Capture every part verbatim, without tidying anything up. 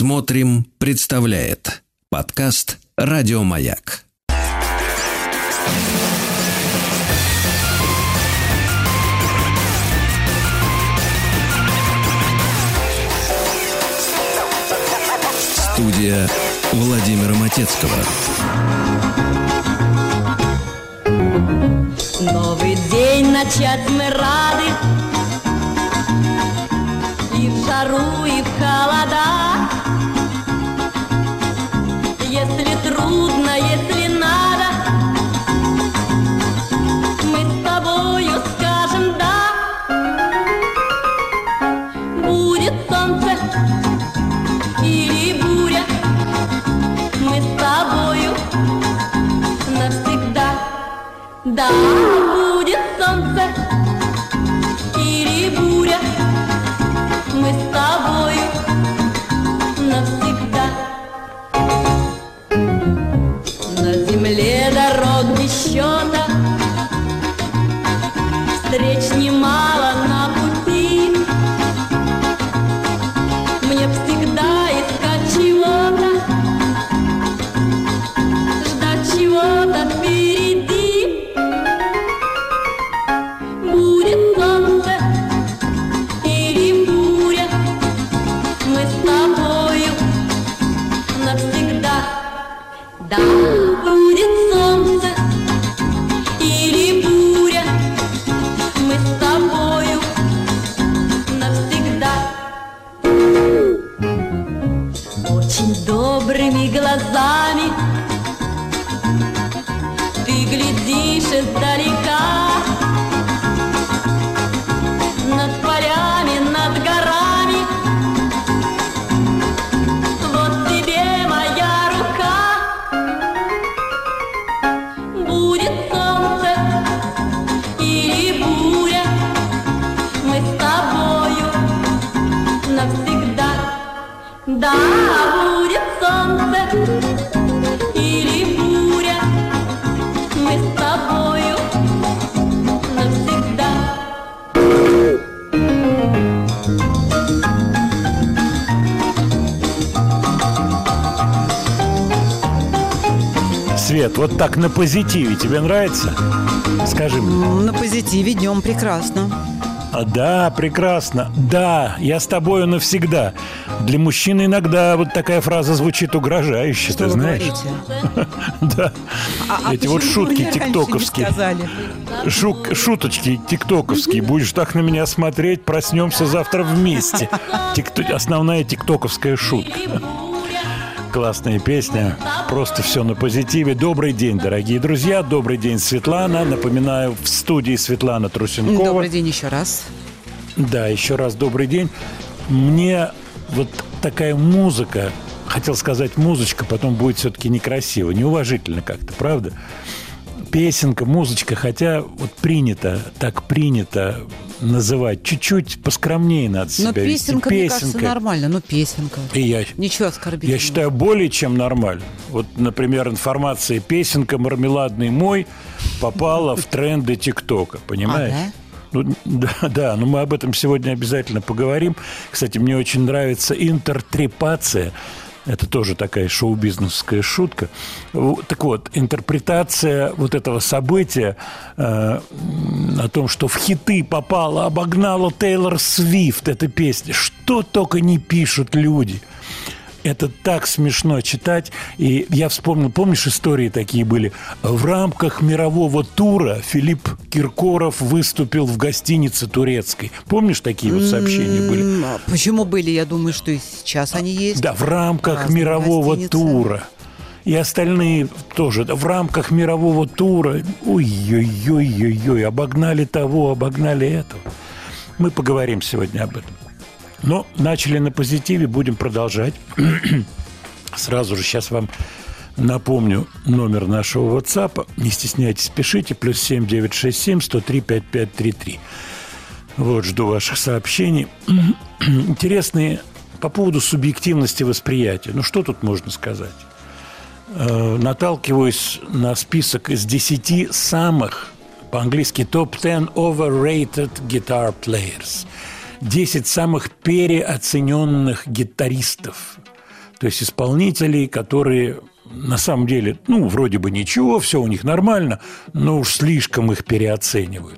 Смотрим, представляет подкаст «Радио Маяк». Студия Владимира Матецкого. Новый день начать мы рады, и в жару, и в холода. Если трудно, если надо, мы с тобою скажем «да». Будет солнце или буря, мы с тобою навсегда. Да, будет солнце или буря, мы с тобою навсегда. На земле дорог без счета, встреч немало на пути. Мне всегда искать чего-то, ждать чего-то впереди. Будет солнце или буря, мы с тобою навсегда. Да, будет солнце или буря, мы с тобою навсегда. Очень добрыми глазами ты глядишь издалека, над полями, над горами. Вот тебе моя рука. Будет солнце или буря, мы с тобою навсегда. Да, будет солнце или буря, мы с тобою навсегда. Свет, вот так на позитиве тебе нравится? Скажи мне. На позитиве днем прекрасно. А, да, прекрасно. Да, я с тобою навсегда. Для мужчины иногда вот такая фраза звучит угрожающе, Что ты вы знаешь? говорите? Да. А, а Эти вот почему шутки мне раньше не тиктоковские. сказали? Шук- шуточки тиктоковские. Будешь так на меня смотреть, проснемся завтра вместе. Тикто- Основная тиктоковская шутка. Классная песня. Просто все на позитиве. Добрый день, дорогие друзья. Добрый день, Светлана. Напоминаю, в студии Светлана Трусенкова. Добрый день еще раз. Да, еще раз добрый день. Мне вот такая музыка, хотел сказать музычка, потом будет все-таки некрасиво, неуважительно как-то, правда? Песенка, музычка, хотя вот принято, так принято называть. Чуть-чуть поскромнее надо себя Но вести. песенка, мне кажется, нормально. Ну, песенка. И я, Ничего оскорбительного. я считаю, более чем нормально. Вот, например, информация «Песенка мармеладный мой» попала в тренды ТикТока, понимаешь? А, да? Ну, да, да, но мы об этом сегодня обязательно поговорим. Кстати, мне очень нравится интертрепация. Это тоже такая шоу-бизнесская шутка. Так вот, интерпретация вот этого события э, о том, что в хиты попала, обогнала Тейлор Свифт эта песня. Что только не пишут люди. Это так смешно читать. И я вспомнил, помнишь, истории такие были? В рамках мирового тура Филипп Киркоров выступил в гостинице турецкой. Помнишь, такие вот сообщения были? Почему были? Я думаю, что и сейчас они есть. Да, в рамках Разные мирового гостиницы. тура. И остальные тоже. В рамках мирового тура. Ой-ой-ой-ой-ой. Обогнали того, обогнали этого. Мы поговорим сегодня об этом. Но начали на позитиве, будем продолжать. Сразу же сейчас вам напомню номер нашего WhatsApp. Не стесняйтесь, пишите. Плюс семь девятьсот шестьдесят семь сто три пятьдесят пять тридцать три. Вот, жду ваших сообщений. Интересные по поводу субъективности восприятия. Ну, что тут можно сказать? Э, наталкиваюсь на список из десяти самых, по-английски топ десять overrated guitar players. десять самых переоцененных гитаристов. То есть исполнителей, которые на самом деле, ну, вроде бы ничего, все у них нормально, но уж слишком их переоценивают.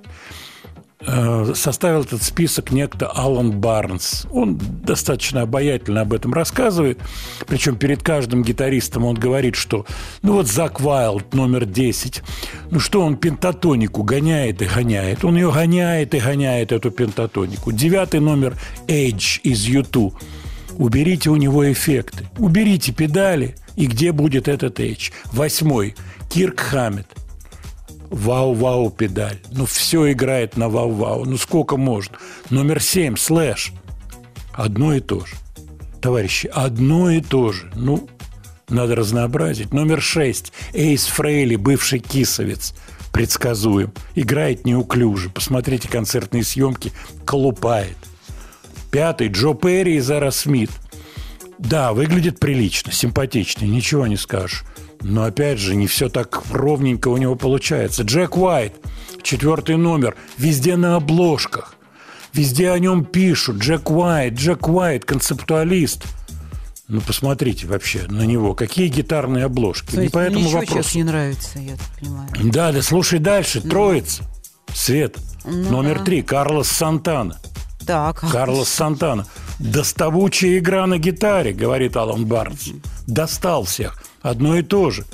Составил этот список некто Алан Барнс. Он достаточно обаятельно об этом рассказывает. Причем перед каждым гитаристом он говорит, что ну вот Зак Уайлд номер десять, ну что он пентатонику гоняет и гоняет. Он ее гоняет и гоняет, эту пентатонику. Девятый номер Edge из ю ту. Уберите у него эффекты. Уберите педали, и где будет этот Edge? Восьмой Кирк Хаммет. Вау-вау педаль. Ну, все играет на вау-вау. Ну, сколько можно? Номер семь, Слэш. Одно и то же. Товарищи, одно и то же. Ну, надо разнообразить. Номер шесть, Эйс Фрейли, бывший кисовец. Предсказуем. Играет неуклюже. Посмотрите концертные съемки. Колупает. Пятый, Джо Перри и Зара Смит. Да, выглядит прилично, симпатично. Ничего не скажешь. Но, опять же, не все так ровненько у него получается. Джек Уайт, четвертый номер, везде на обложках. Везде о нем пишут. Джек Уайт, Джек Уайт, концептуалист. Ну, посмотрите вообще на него. Какие гитарные обложки. То есть, не по этому ничего вопросу. сейчас не нравится, я так понимаю. Да, да, слушай дальше. Ну. Троица. Свет. Ну, номер да. три. Карлос Сантана. Так. Карлос Сантана. Доставучая игра на гитаре, говорит Алан Барнс. Достал всех. Одно и то же.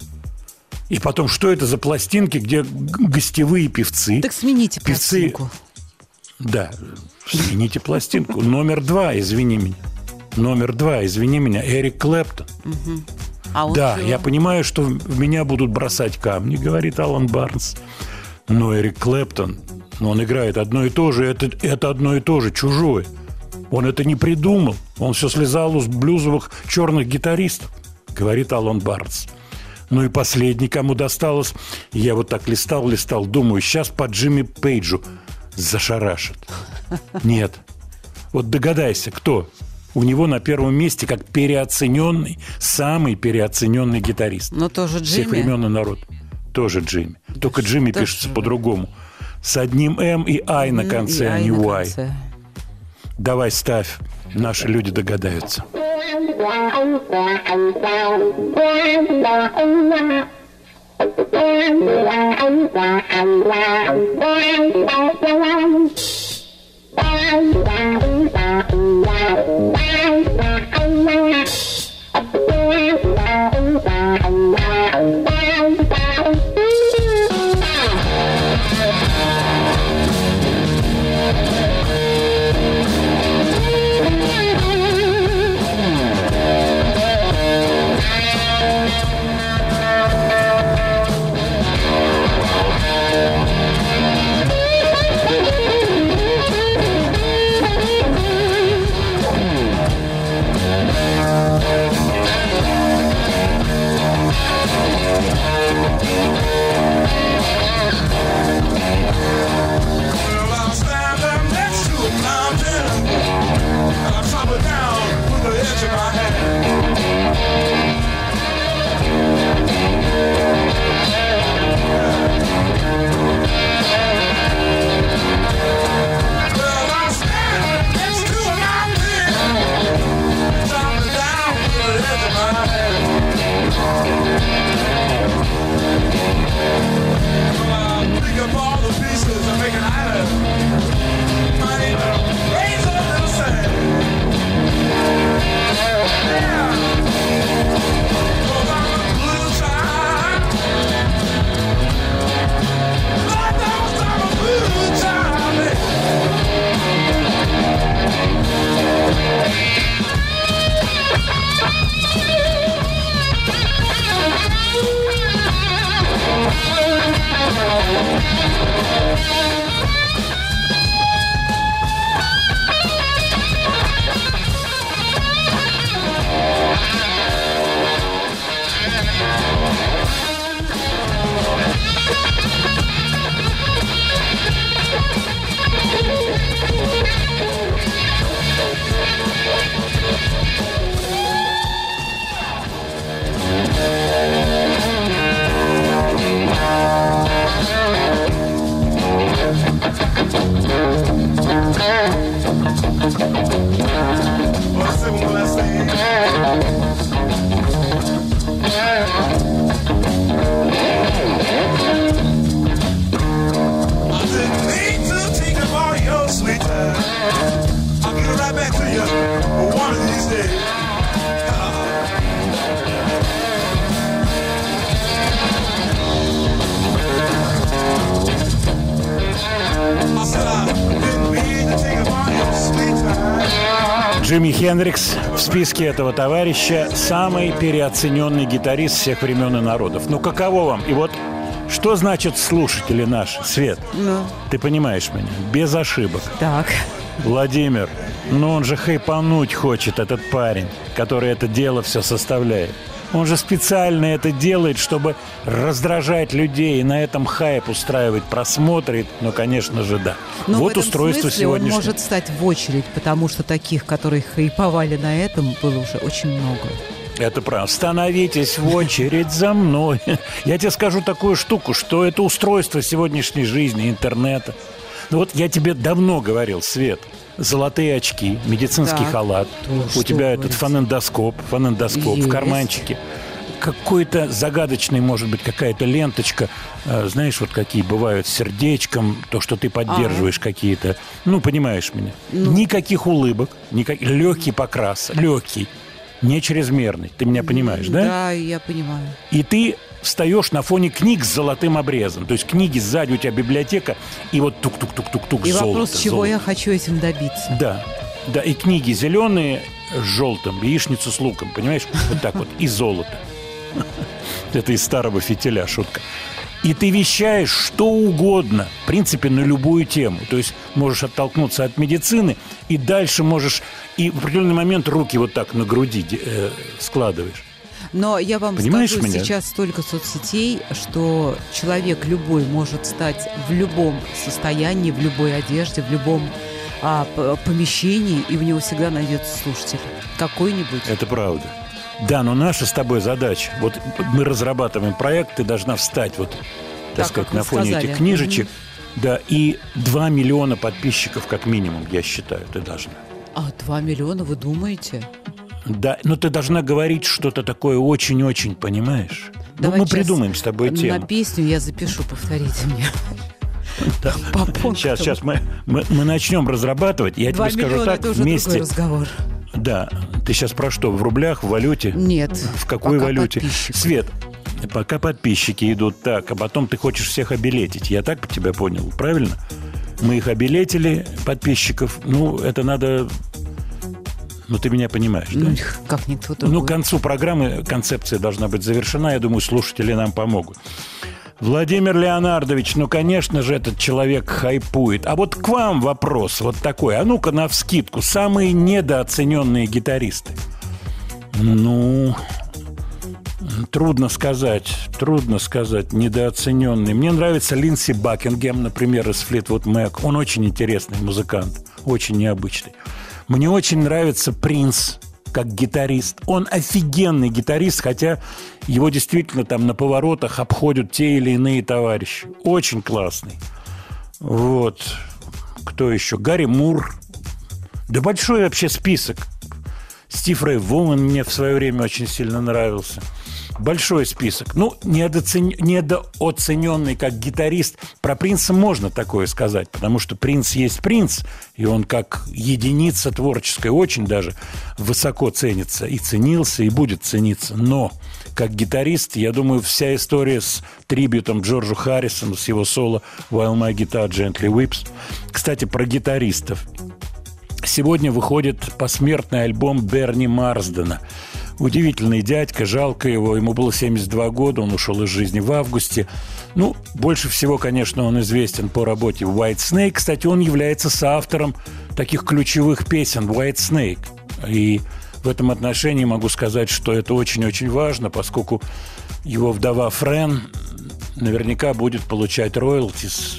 И потом, что это за пластинки, где гостевые певцы? Так смените певцы... пластинку. Да, смените пластинку. Номер два, извини меня. Номер два, извини меня, Эрик Клэптон. Угу. А он Да, всё... я понимаю, что в меня будут бросать камни, говорит Алан Барнс. Но Эрик Клэптон, он играет одно и то же, это, это одно и то же, чужое. Он это не придумал. Он все слезал с блюзовых черных гитаристов, говорит Алан Барнс. Ну и последний, кому досталось, я вот так листал, листал, думаю, сейчас по Джимми Пейджу зашарашит. Нет. Вот догадайся, кто? У него на первом месте как переоцененный, самый переоцененный гитарист. Но тоже Джимми. Всех времен и народ. Тоже Джимми. Только Джимми Что пишется же по-другому. С одним М и Ай на конце, И а Ай не на Уай. конце. Давай ставь. Наши люди догадаются. Джимми Хендрикс в списке этого товарища самый переоцененный гитарист всех времен и народов. Ну, каково вам? И вот что значит слушатели наши, Свет? Ну. Ты понимаешь меня? Без ошибок. Так. Владимир, ну он же хайпануть хочет, этот парень, который это дело все составляет. Он же специально это делает, чтобы раздражать людей и на этом хайп устраивать просмотры. Ну, конечно же, да. Но вот в этом устройство смысле он сегодняшнего. может стать в очередь, потому что таких, которые хайповали на этом, было уже очень много. Это правда. Становитесь в очередь за мной. Я тебе скажу такую штуку, что это устройство сегодняшней жизни, интернета. Ну вот я тебе давно говорил, Свет, золотые очки, медицинский Так. халат, То, у тебя что этот вы- фонендоскоп, фонендоскоп в Есть. карманчике. Какой-то загадочный, может быть, какая-то ленточка, э, знаешь, вот какие бывают с сердечком, то, что ты поддерживаешь какие-то, ну, понимаешь меня. Никаких улыбок, никак... легкий покрас, легкий, не чрезмерный, ты меня понимаешь, да? Да, я понимаю. И ты встаешь на фоне книг с золотым обрезом. То есть книги сзади у тебя библиотека, и вот тук-тук-тук-тук-тук И золото. вопрос, чего золото. я хочу этим добиться. Да, да, и книги зеленые с желтым, яичницу с луком, понимаешь? Вот так вот, и золото. Это из старого фитиля шутка. И ты вещаешь что угодно, в принципе, на любую тему. То есть можешь оттолкнуться от медицины, и дальше можешь, и в определенный момент руки вот так на груди э, складываешь. Но я вам Понимаешь скажу, меня? сейчас столько соцсетей, что человек любой может стать в любом состоянии, в любой одежде, в любом а, п- помещении, и у него всегда найдется слушатель. Какой-нибудь. Это правда. Да, но наша с тобой задача, вот мы разрабатываем проект, ты должна встать вот, так, Так, сказать, как вы на фоне сказали. этих книжечек, да, и два миллиона подписчиков как минимум, я считаю, ты должна. А, два миллиона, вы думаете? Да, но ты должна говорить что-то такое очень-очень, понимаешь? Ну, Давай мы сейчас придумаем с тобой На тему. песню я запишу, повторите мне. Да. По пунктам. Сейчас, сейчас мы, мы, мы начнем разрабатывать, я Два тебе скажу миллиона – так, это уже вместе... другой разговор. Да, ты сейчас про что, в рублях, в валюте? Нет. В какой пока валюте? подписчиков. Свет, пока подписчики идут так, а потом ты хочешь всех обилетить. Я так тебя понял, правильно? Мы их обилетили, подписчиков. Ну, это надо... Ну, ты меня понимаешь, да? Ну, как никто другой. Ну, к концу программы концепция должна быть завершена. Я думаю, слушатели нам помогут. Владимир Леонардович, ну, конечно же, этот человек хайпует. А вот к вам вопрос вот такой. А ну-ка, навскидку. Самые недооцененные гитаристы. Ну, трудно сказать. Трудно сказать. Недооцененные. Мне нравится Линдси Бакингем, например, из Флитвуд Мэк. Он очень интересный музыкант. Очень необычный. Мне очень нравится Принс как гитарист. Он офигенный гитарист, хотя его действительно там на поворотах обходят те или иные товарищи. Очень классный. Вот. Кто еще? Гарри Мур. Да большой вообще список. Стив Рэй Вон мне в свое время очень сильно нравился. Большой список. Ну, недооцен... недооцененный как гитарист. Про Принца можно такое сказать, потому что Принц есть Принц, и он как единица творческая очень даже высоко ценится. И ценился, и будет цениться. Но как гитарист, я думаю, вся история с трибьютом Джорджу Харрисону, с его соло «While my guitar gently weeps». Кстати, про гитаристов. Сегодня выходит посмертный альбом Берни Марсдена. Удивительный дядька, жалко его. Ему было семьдесят два года, он ушел из жизни в августе. Ну, больше всего, конечно, он известен по работе в White Snake. Кстати, он является соавтором таких ключевых песен White Snake. И в этом отношении могу сказать, что это очень-очень важно, поскольку его вдова Френ наверняка будет получать роялтис.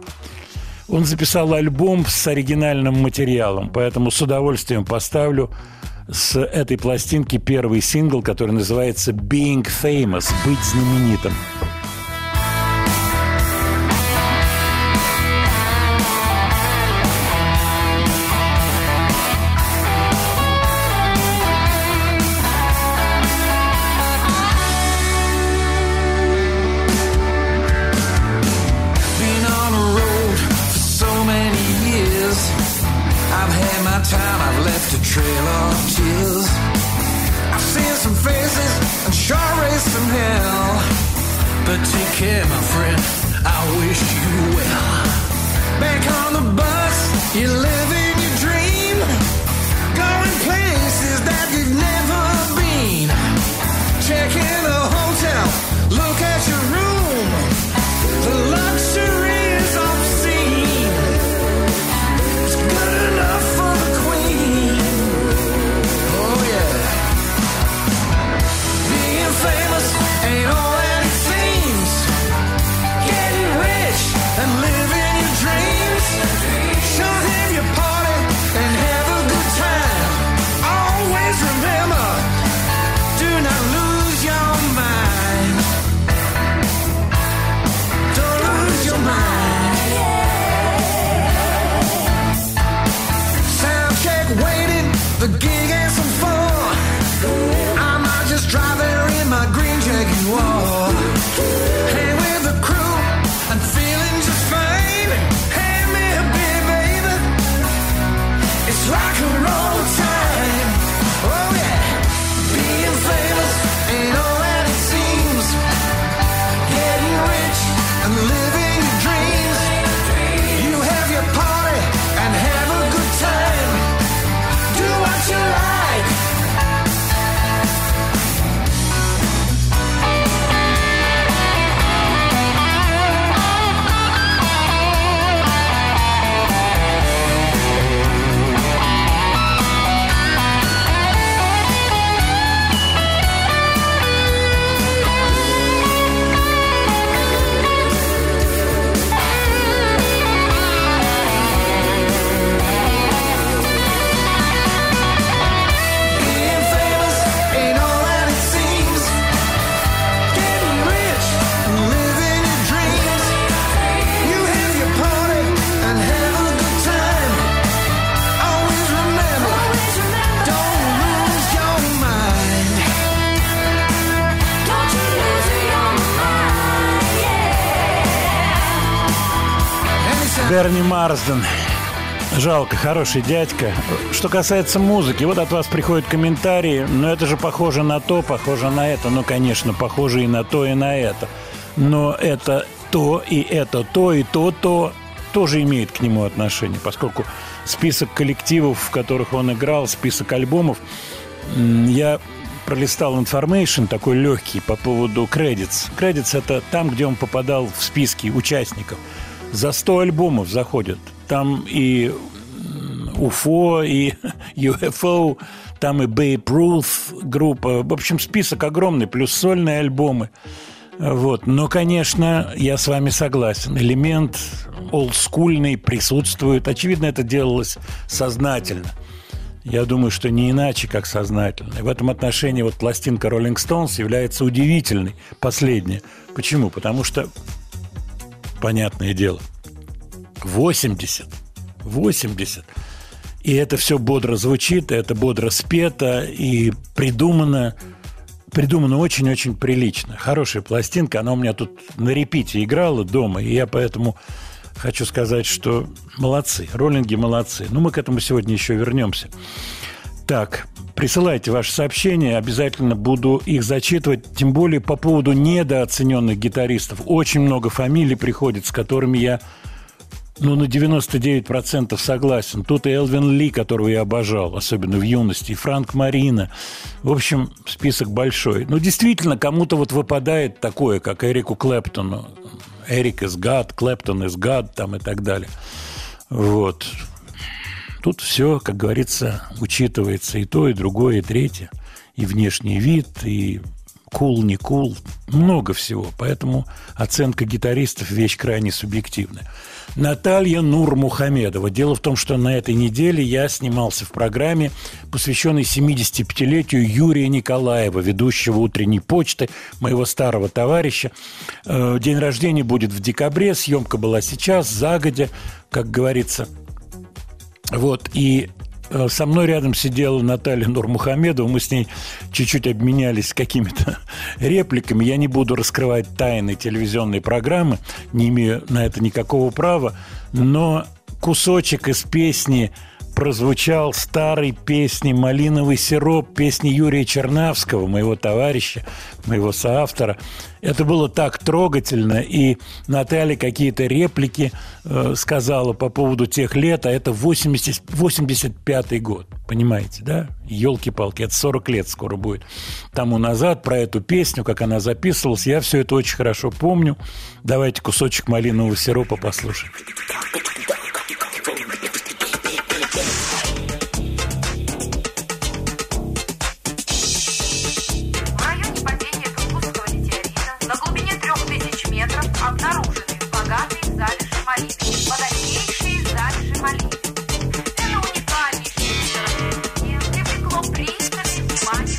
Он записал альбом с оригинальным материалом, поэтому с удовольствием поставлю с этой пластинки первый сингл, который называется «Being Famous» – «Быть знаменитым». Time I've left a trail of tears. I've seen some faces and sure raised some hell. But take care, my friend, I wish you well. Back on the bus, you're living your dream. Going Берни Марсден. Жалко, хороший дядька. Что касается музыки, вот от вас приходят комментарии. Но это же похоже на то, похоже на это. Ну, конечно, похоже и на то, и на это. Но это то, и это то, и то, то тоже имеет к нему отношение. Поскольку список коллективов, в которых он играл, список альбомов, я пролистал информейшн такой легкий по поводу credits. Credits – это там, где он попадал в списки участников. За сто альбомов заходят. Там и уфо, и ю эф о, там и Babe Ruth группа. В общем, список огромный, плюс сольные альбомы. Вот. Но, конечно, я с вами согласен. Элемент олдскульный присутствует. Очевидно, это делалось сознательно. Я думаю, что не иначе, как сознательно. И в этом отношении вот пластинка Rolling Stones является удивительной, последняя. Почему? Потому что, понятное дело, восемьдесят. восемьдесят. И это все бодро звучит, это бодро спето и придумано, придумано очень-очень прилично. Хорошая пластинка, она у меня тут на репите играла дома, и я поэтому хочу сказать, что молодцы, роллинги молодцы. Но мы к этому сегодня еще вернемся. Так, присылайте ваши сообщения, обязательно буду их зачитывать, тем более по поводу недооцененных гитаристов. Очень много фамилий приходит, с которыми я, ну, на девяносто девять процентов согласен. Тут и Элвин Ли, которого я обожал, особенно в юности, и Франк Марина. В общем, список большой. Но действительно, кому-то вот выпадает такое, как Эрику Клэптону. Эрик is God, Клэптон is God, там и так далее. Вот. Тут все, как говорится, учитывается и то, и другое, и третье. И внешний вид, и кул, не кул. Много всего. Поэтому оценка гитаристов – вещь крайне субъективная. Наталья Нурмухамедова. Дело в том, что на этой неделе я снимался в программе, посвященной семидесятипятилетию Юрия Николаева, ведущего «Утренней почты», моего старого товарища. День рождения будет в декабре, съемка была сейчас, загодя, как говорится. Вот, и со мной рядом сидела Наталья Нурмухамедова, мы с ней чуть-чуть обменялись какими-то репликами. Я не буду раскрывать тайны телевизионной программы, не имею на это никакого права, но кусочек из песни прозвучал, старой песни «Малиновый сироп», песни Юрия Чернавского, моего товарища, моего соавтора. Это было так трогательно, и Наталья какие-то реплики э, сказала по поводу тех лет, а это восемьдесят, восемьдесят пятый год, понимаете, да? Ёлки-палки, это сорок лет скоро будет тому назад, про эту песню, как она записывалась, я все это очень хорошо помню. Давайте кусочек «Малинового сиропа» послушаем. Обнаружены богатые залежи малины, богатейшие залежи малины. Это уникальнейшее месторождение, привлекло пристальное внимание.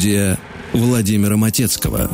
Студия Владимира Матецкого.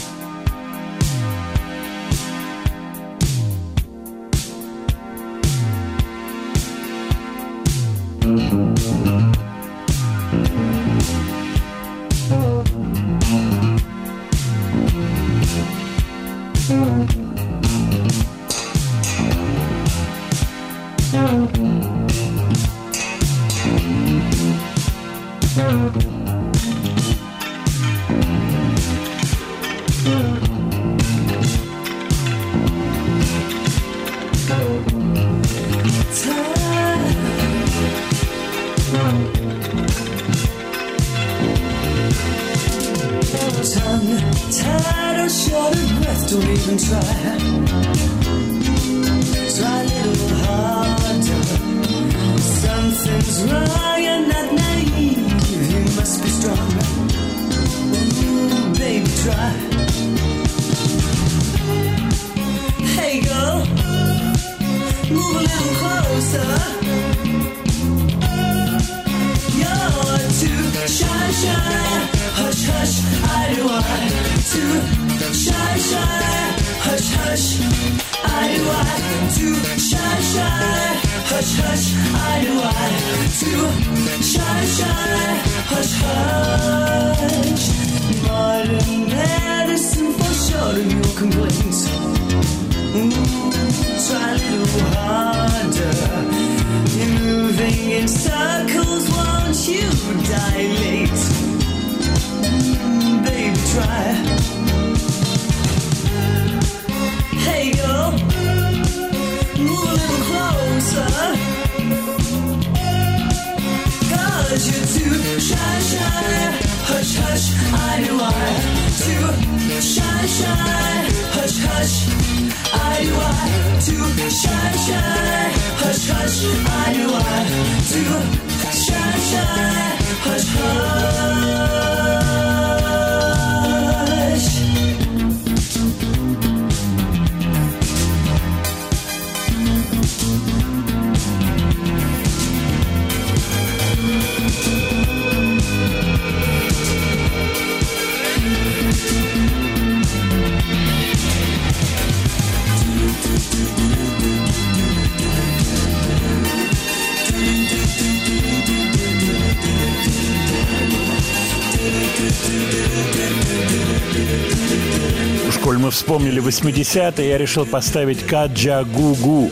Коль мы вспомнили восьмидесятые, я решил поставить Каджа-Гу-Гу.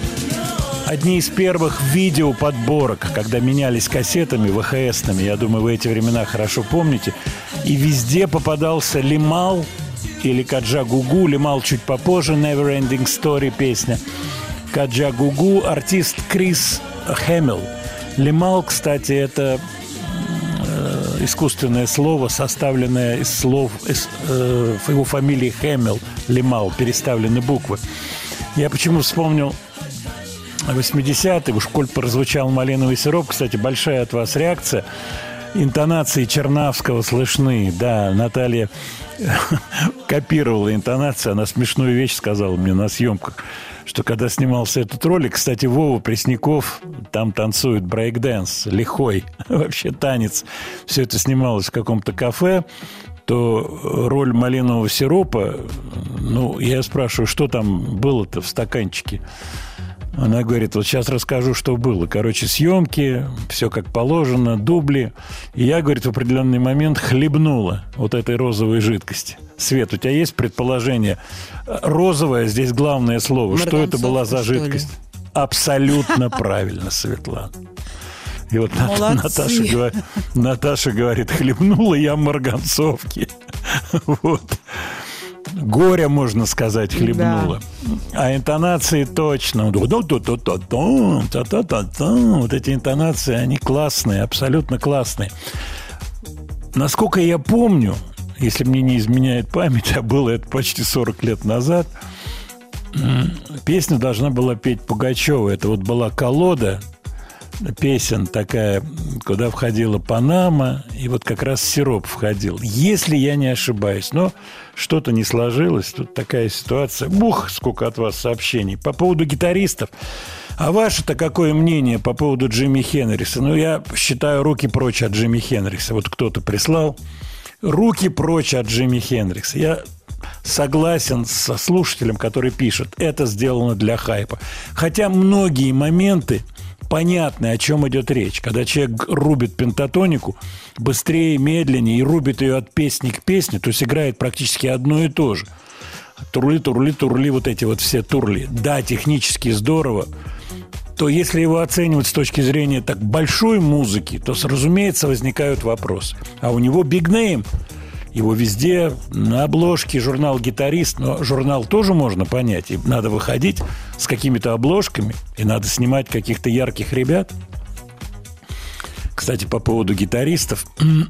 Одни из первых видеоподборок, когда менялись кассетами вэ ха эсными. Я думаю, вы эти времена хорошо помните. И везде попадался Лимал или Каджа-Гу-Гу. Лимал чуть попозже, Never Ending Story песня. Каджа-Гу-Гу, артист Крис Хэмилл. Лимал, кстати, это искусственное слово, составленное из слов из, э, его фамилии Хэмилл, Лимал, переставлены буквы. Я почему вспомнил восьмидесятые, уж коль прозвучал «Малиновый сироп», кстати, большая от вас реакция. Интонации Чернавского слышны. Да, Наталья копировала интонацию, она смешную вещь сказала мне на съемках, что когда снимался этот ролик, кстати, Вова Пресняков там танцует брейк-дэнс, лихой, вообще танец. Все это снималось в каком-то кафе, то роль малинового сиропа, ну, я спрашиваю, что там было-то в стаканчике? Она говорит, вот сейчас расскажу, что было. Короче, съемки, все как положено, дубли. И я, говорит, в определенный момент хлебнула вот этой розовой жидкости. Свет, у тебя есть предположение? Розовое, здесь главное слово. Что это была за жидкость? Абсолютно правильно, Светлана. И вот Наташа говорит, Наташа говорит, хлебнула я марганцовки. Вот. Горя, можно сказать, хлебнула. Да. А интонации точно. Вот эти интонации, они классные, абсолютно классные. Насколько я помню, если мне не изменяет память, а было это почти сорок лет назад, песню должна была петь Пугачева. Это вот была колода песен такая, куда входила Панама, и вот как раз Сироп входил. Если я не ошибаюсь, но что-то не сложилось, тут такая ситуация. Бух, сколько от вас сообщений. По поводу гитаристов. А ваше-то какое мнение по поводу Джимми Хенриса? Ну, я считаю, руки прочь от Джимми Хенриса. Вот кто-то прислал Руки прочь от Джимми Хендрикса. Я согласен со слушателем, который пишет, это сделано для хайпа. Хотя многие моменты понятны, о чем идет речь. Когда человек рубит пентатонику быстрее, медленнее и рубит ее от песни к песне, то есть играет практически одно и то же. Турли, турли, турли, вот эти вот все турли. Да, технически здорово. То если его оценивать с точки зрения так большой музыки, то, разумеется, возникают вопросы. А у него big name. Его везде на обложке журнал «Гитарист». Но журнал тоже можно понять. И надо выходить с какими-то обложками. И надо снимать каких-то ярких ребят. Кстати, по поводу гитаристов.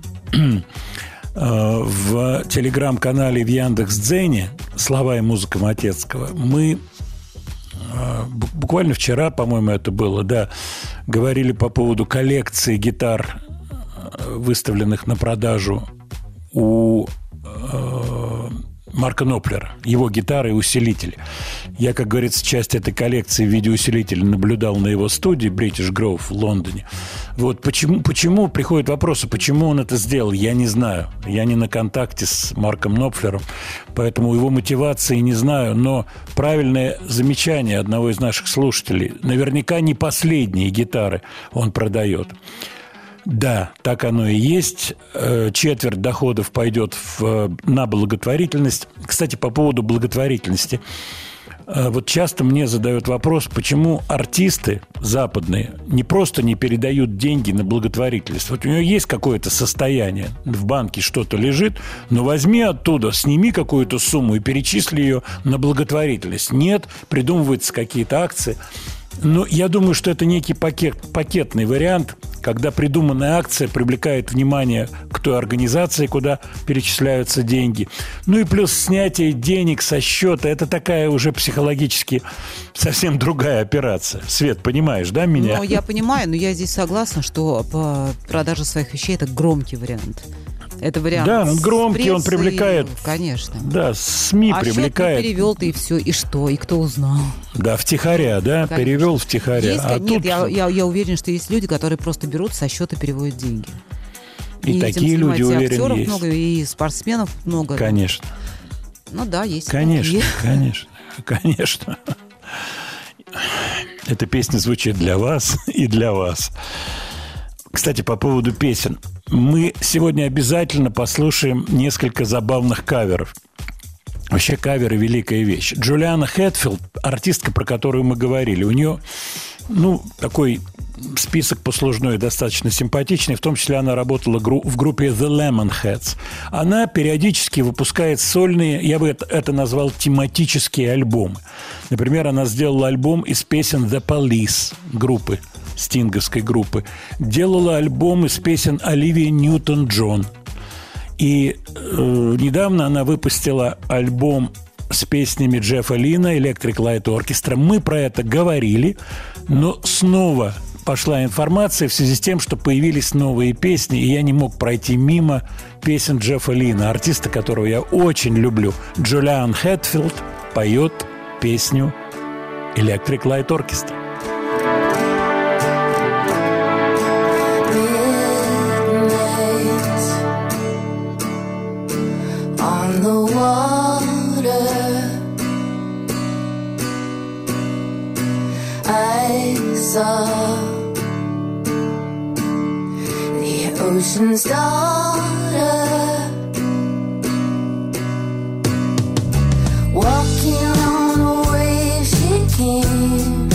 В телеграм-канале в Яндекс.Дзене «Слова и музыка Матецкого» мы буквально вчера, по-моему, это было, да, говорили по поводу коллекции гитар, выставленных на продажу у э, Марка Ноплера, его гитары и усилители. Я, как говорится, часть этой коллекции в виде усилителя наблюдал на его студии British Grove в Лондоне. Вот почему, почему приходят вопросы, почему он это сделал, я не знаю. Я не на контакте с Марком Ноплером, поэтому его мотивации не знаю. Но правильное замечание одного из наших слушателей, наверняка не последние гитары он продает. Да, так оно и есть. Четверть доходов пойдет в, на благотворительность. Кстати, по поводу благотворительности. Вот часто мне задают вопрос, почему артисты западные не просто не передают деньги на благотворительность. Вот у него есть какое-то состояние, в банке что-то лежит, но возьми оттуда, сними какую-то сумму и перечисли ее на благотворительность. Нет, придумываются какие-то акции. Но я думаю, что это некий пакет, пакетный вариант, когда придуманная акция привлекает внимание к той организации, куда перечисляются деньги. Ну и плюс снятие денег со счета – это такая уже психологически совсем другая операция. Свет, понимаешь, да, меня? Ну, я понимаю, но я здесь согласна, что продажа своих вещей – это громкий вариант. Это вариант. Да, он громкий, он привлекает. Конечно. Да, СМИ а привлекает. А перевел ты и все, и что, и кто узнал? Да, втихаря, да, конечно. Перевел втихаря. Есть, а нет, тут... я, я, я уверен, что есть люди, которые просто берут со счета, переводят деньги. И, и такие люди, уверен, актеров есть. много, и спортсменов много. Конечно. Ну да, есть. Конечно, такие. конечно, конечно. Эта песня звучит для вас и для вас. Кстати, по поводу песен. Мы сегодня обязательно послушаем несколько забавных каверов. Вообще, каверы – великая вещь. Джулиана Хэтфилд, артистка, про которую мы говорили, у нее, ну, такой список послужной достаточно симпатичный. В том числе она работала в группе The Lemonheads. Она периодически выпускает сольные, я бы это, это назвал тематические альбомы. Например, она сделала альбом из песен The Police группы, стинговской группы. Делала альбом из песен Оливии Ньютон-Джон. И э, недавно она выпустила альбом с песнями Джеффа Лина, Electric Light Orchestra. Мы про это говорили, но снова пошла информация в связи с тем, что появились новые песни, и я не мог пройти мимо песен Джеффа Лина, артиста, которого я очень люблю. Джулиан Хэтфилд поет песню Electric Light Orchestra. Ocean's daughter, walking on a wave she came,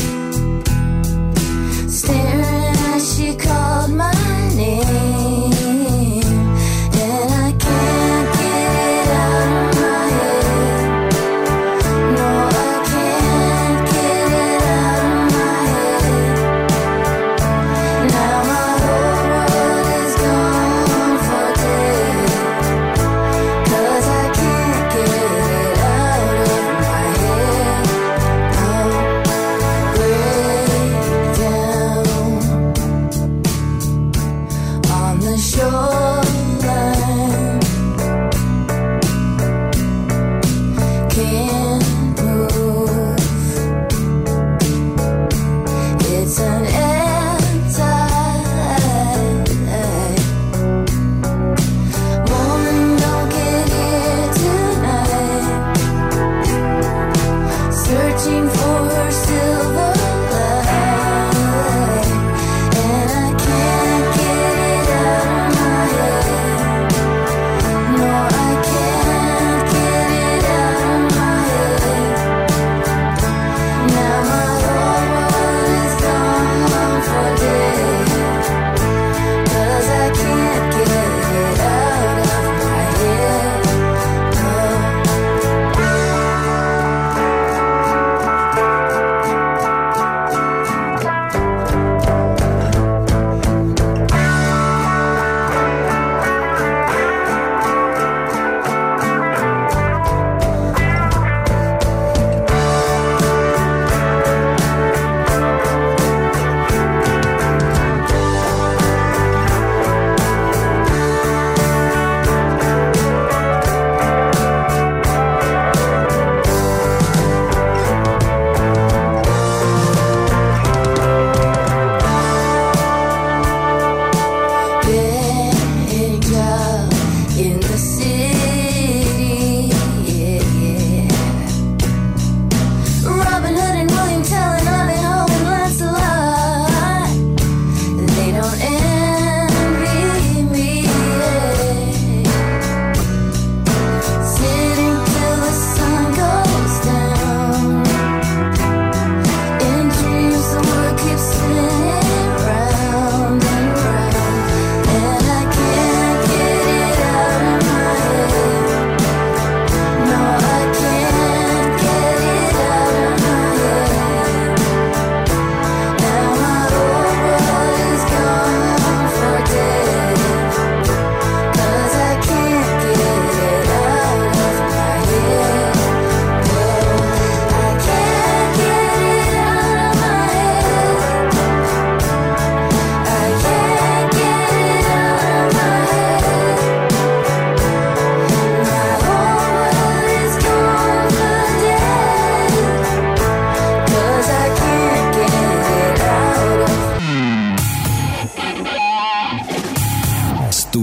staring as she called my name, and I can't get it out of my head. No, I can't get it out of my head. Now my whole world is gone for dead, 'cause I can't get it out of my head. No.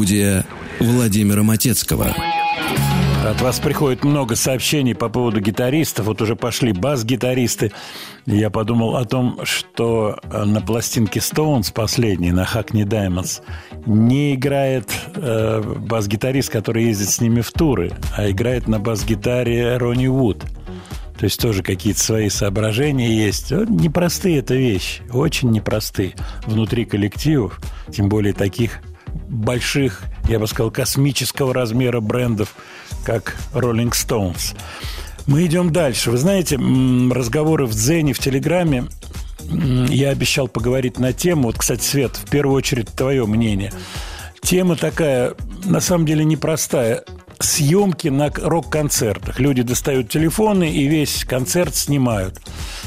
Студия Владимира Матецкого. От вас приходит много сообщений по поводу гитаристов. Вот уже пошли бас-гитаристы. Я подумал о том, что на пластинке Stones, последней, на Hackney Diamonds, не играет э, бас-гитарист, который ездит с ними в туры, а играет на бас-гитаре Ронни Вуд. То есть тоже какие-то свои соображения есть. Непростые это вещи, очень непростые внутри коллективов, тем более таких больших, я бы сказал, космического размера брендов, как Rolling Stones. Мы идем дальше. Вы знаете, разговоры в Дзене, в Телеграме, я обещал поговорить на тему. Вот, кстати, Свет, в первую очередь, твое мнение. Тема такая, на самом деле, непростая. Съемки на рок-концертах. Люди достают телефоны и весь концерт снимают.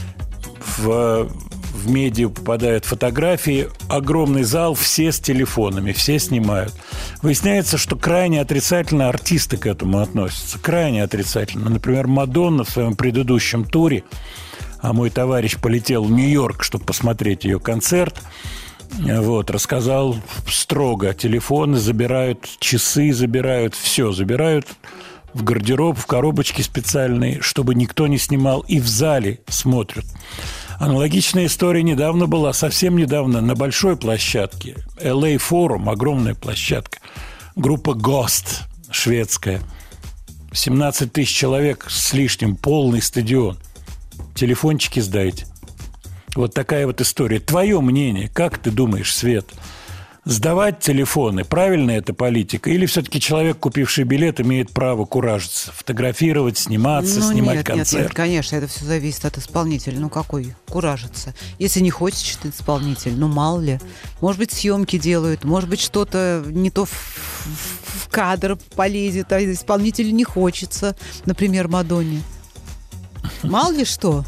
В, в медиа попадают фотографии. Огромный зал, все с телефонами, все снимают. Выясняется, что крайне отрицательно артисты к этому относятся. Крайне отрицательно. Например, Мадонна в своем предыдущем туре, а мой товарищ полетел в Нью-Йорк, чтобы посмотреть ее концерт, вот, рассказал строго. Телефоны забирают, часы забирают, все забирают в гардероб, в коробочки специальные, чтобы никто не снимал, и в зале смотрят. Аналогичная история недавно была, совсем недавно, на большой площадке. эл эй Forum, огромная площадка. Группа Ghost, шведская. семнадцать тысяч человек с лишним, полный стадион. Телефончики сдайте. Вот такая вот история. Твое мнение, как ты думаешь, Свет? Сдавать телефоны, правильная это политика? Или все-таки человек, купивший билет, имеет право куражиться, фотографировать, сниматься, ну, снимать нет, концерт? Нет, нет, конечно, это все зависит от исполнителя. Ну, какой куражиться? Если не хочет исполнитель, ну, мало ли. Может быть, съемки делают, может быть, что-то не то в, в, в кадр полезет, а исполнителю не хочется, например, Мадонне. Мало ли что.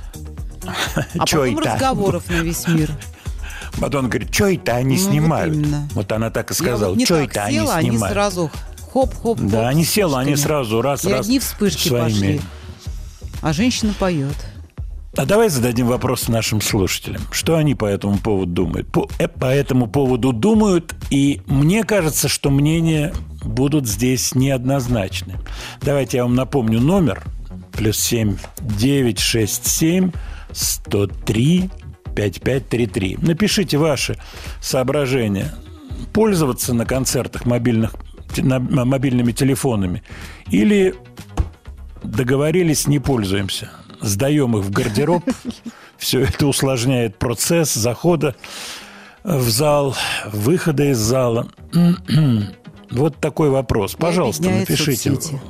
А потом разговоров на весь мир. Мадонна говорит, что это они ну, снимают? Вот, вот она так и сказала, вот что это села, они снимают? Они сразу хоп-хоп. Да, хоп, они сели, они сразу раз-раз. И одни вспышки своими... пошли. А женщина поет. А давай зададим вопрос нашим слушателям. Что они по этому поводу думают? По, э, по этому поводу думают, и мне кажется, что мнения будут здесь неоднозначны. Давайте я вам напомню номер. Плюс семь девять шесть семь сто три пять пять три три. Напишите ваши соображения. Пользоваться на концертах мобильных, на, мобильными телефонами или договорились, не пользуемся. Сдаем их в гардероб. Все это усложняет процесс захода в зал, выхода из зала. Вот такой вопрос. Пожалуйста, напишите. Соцсети.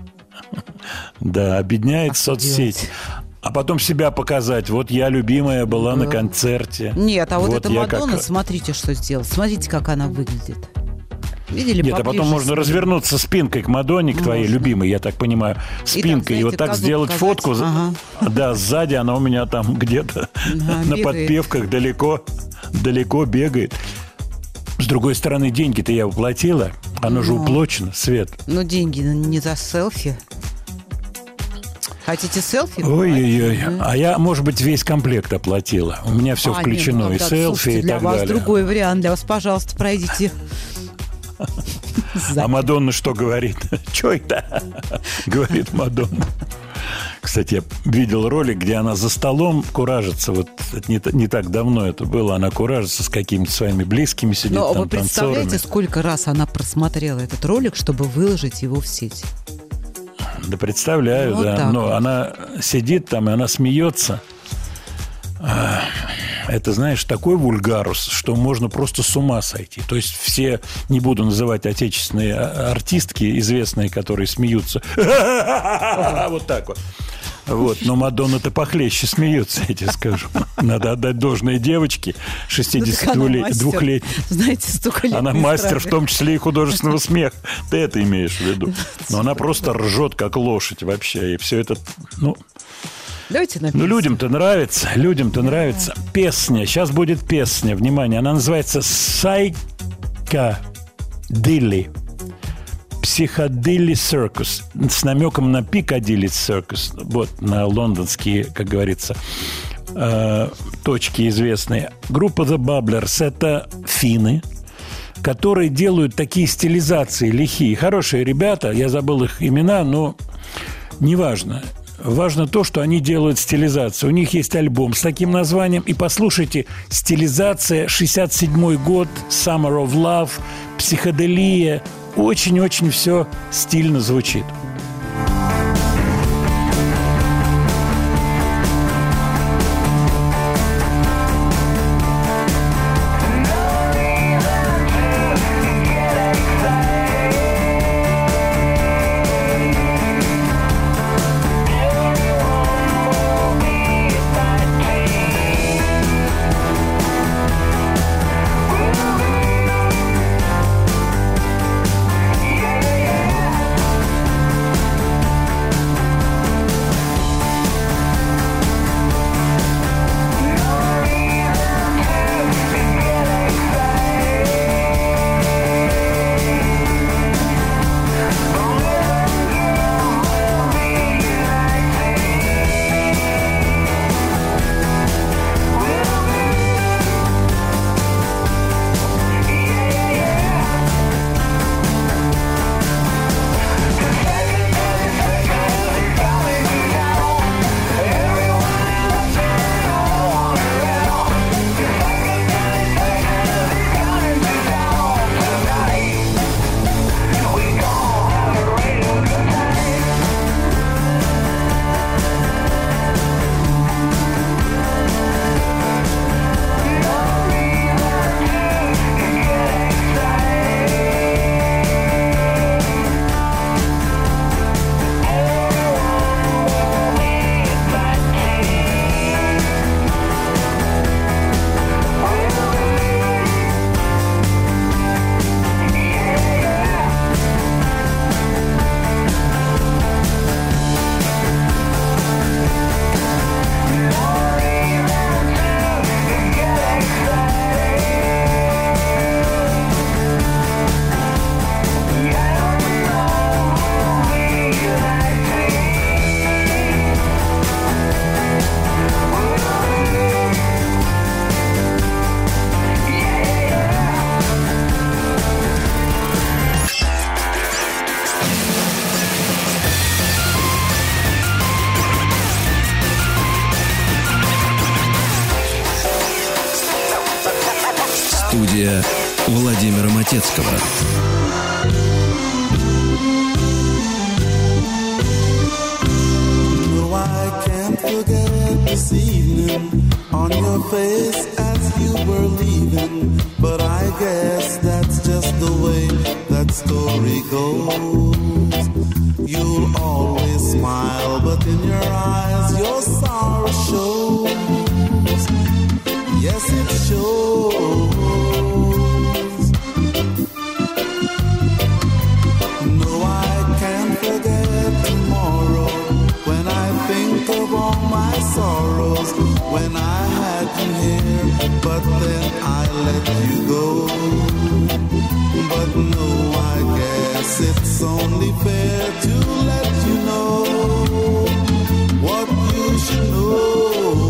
Да, объединяет а соцсеть. А потом себя показать. Вот я, любимая, была да. на концерте. Нет, а вот, вот эта Мадонна, как... смотрите, что сделала. Смотрите, как она выглядит. Видели? Нет, а потом можно смотреть. развернуться спинкой к Мадонне, к твоей можно. любимой, я так понимаю, спинкой, и, и вот так сделать показать. фотку. Ага. Да, сзади она у меня там где-то ага, на подпевках далеко, далеко бегает. С другой стороны, деньги-то я уплатила. Оно ну, же уплочено, Свет. Ну, деньги не за селфи. Хотите селфи? Ой-ой-ой. А я, может быть, весь комплект оплатила. У меня все а, включено. Нет, ну, и селфи, слушайте, и так далее. Для вас другой вариант. Для вас, пожалуйста, пройдите. А Мадонна что говорит? Че это? Говорит Мадонна. Кстати, я видел ролик, где она за столом куражится. Вот не, не так давно это было. Она куражится с какими-то своими близкими, сидит Но там вы представляете, танцорами. Сколько раз она просмотрела этот ролик, чтобы выложить его в сеть? Да представляю, вот да. Но вот. Она сидит там, и она смеется. Это, знаешь, такой вульгарус, что можно просто с ума сойти. То есть все, не буду называть отечественные артистки, известные, которые смеются. Вот так вот. Вот. Но Мадонна-то похлеще смеется, я тебе скажу. Надо отдать должное девочке шестидесятидвухлетней. Знаете, столько лет. Она мастер, в том числе и художественного смеха. Ты это имеешь в виду. Но она просто ржет, как лошадь вообще. И все это, ну... Давайте напишем. Ну, людям-то нравится, людям-то да. нравится. Песня, сейчас будет песня, внимание, она называется «Psychedilly». «Psychedilly Circus». С намеком на «Piccadilly Circus». Вот, на лондонские, как говорится, э, точки известные. Группа The Bubblers – это финны, которые делают такие стилизации лихие. Хорошие ребята, я забыл их имена, но неважно. Важно то, что они делают стилизацию. У них есть альбом с таким названием. И послушайте, стилизация, шестьдесят седьмой год, Summer of Love, психоделия. Очень-очень все стильно звучит. Студия Владимира Матецкого. No, I can't forget this evening on your face as you were leaving, but I guess that's just the way that story goes. You'll always smile, but in your eyes your sorrow shows. Yes, it shows. No, I can't forget tomorrow when I think of all my sorrows. When I had you here, but then I let you go. But no, I guess it's only fair to let you know what you should know.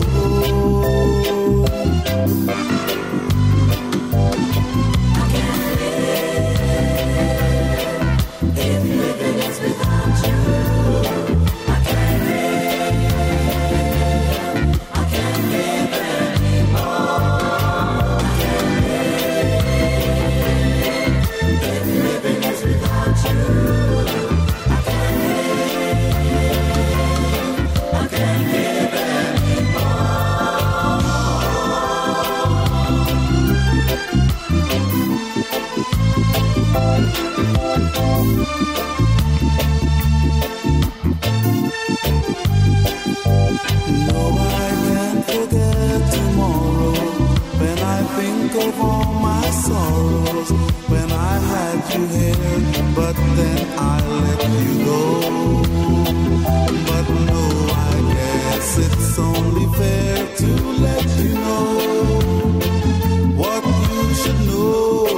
Of all my sorrows when I had you here, but then I let you go. But no, I guess it's only fair to let you know what you should know.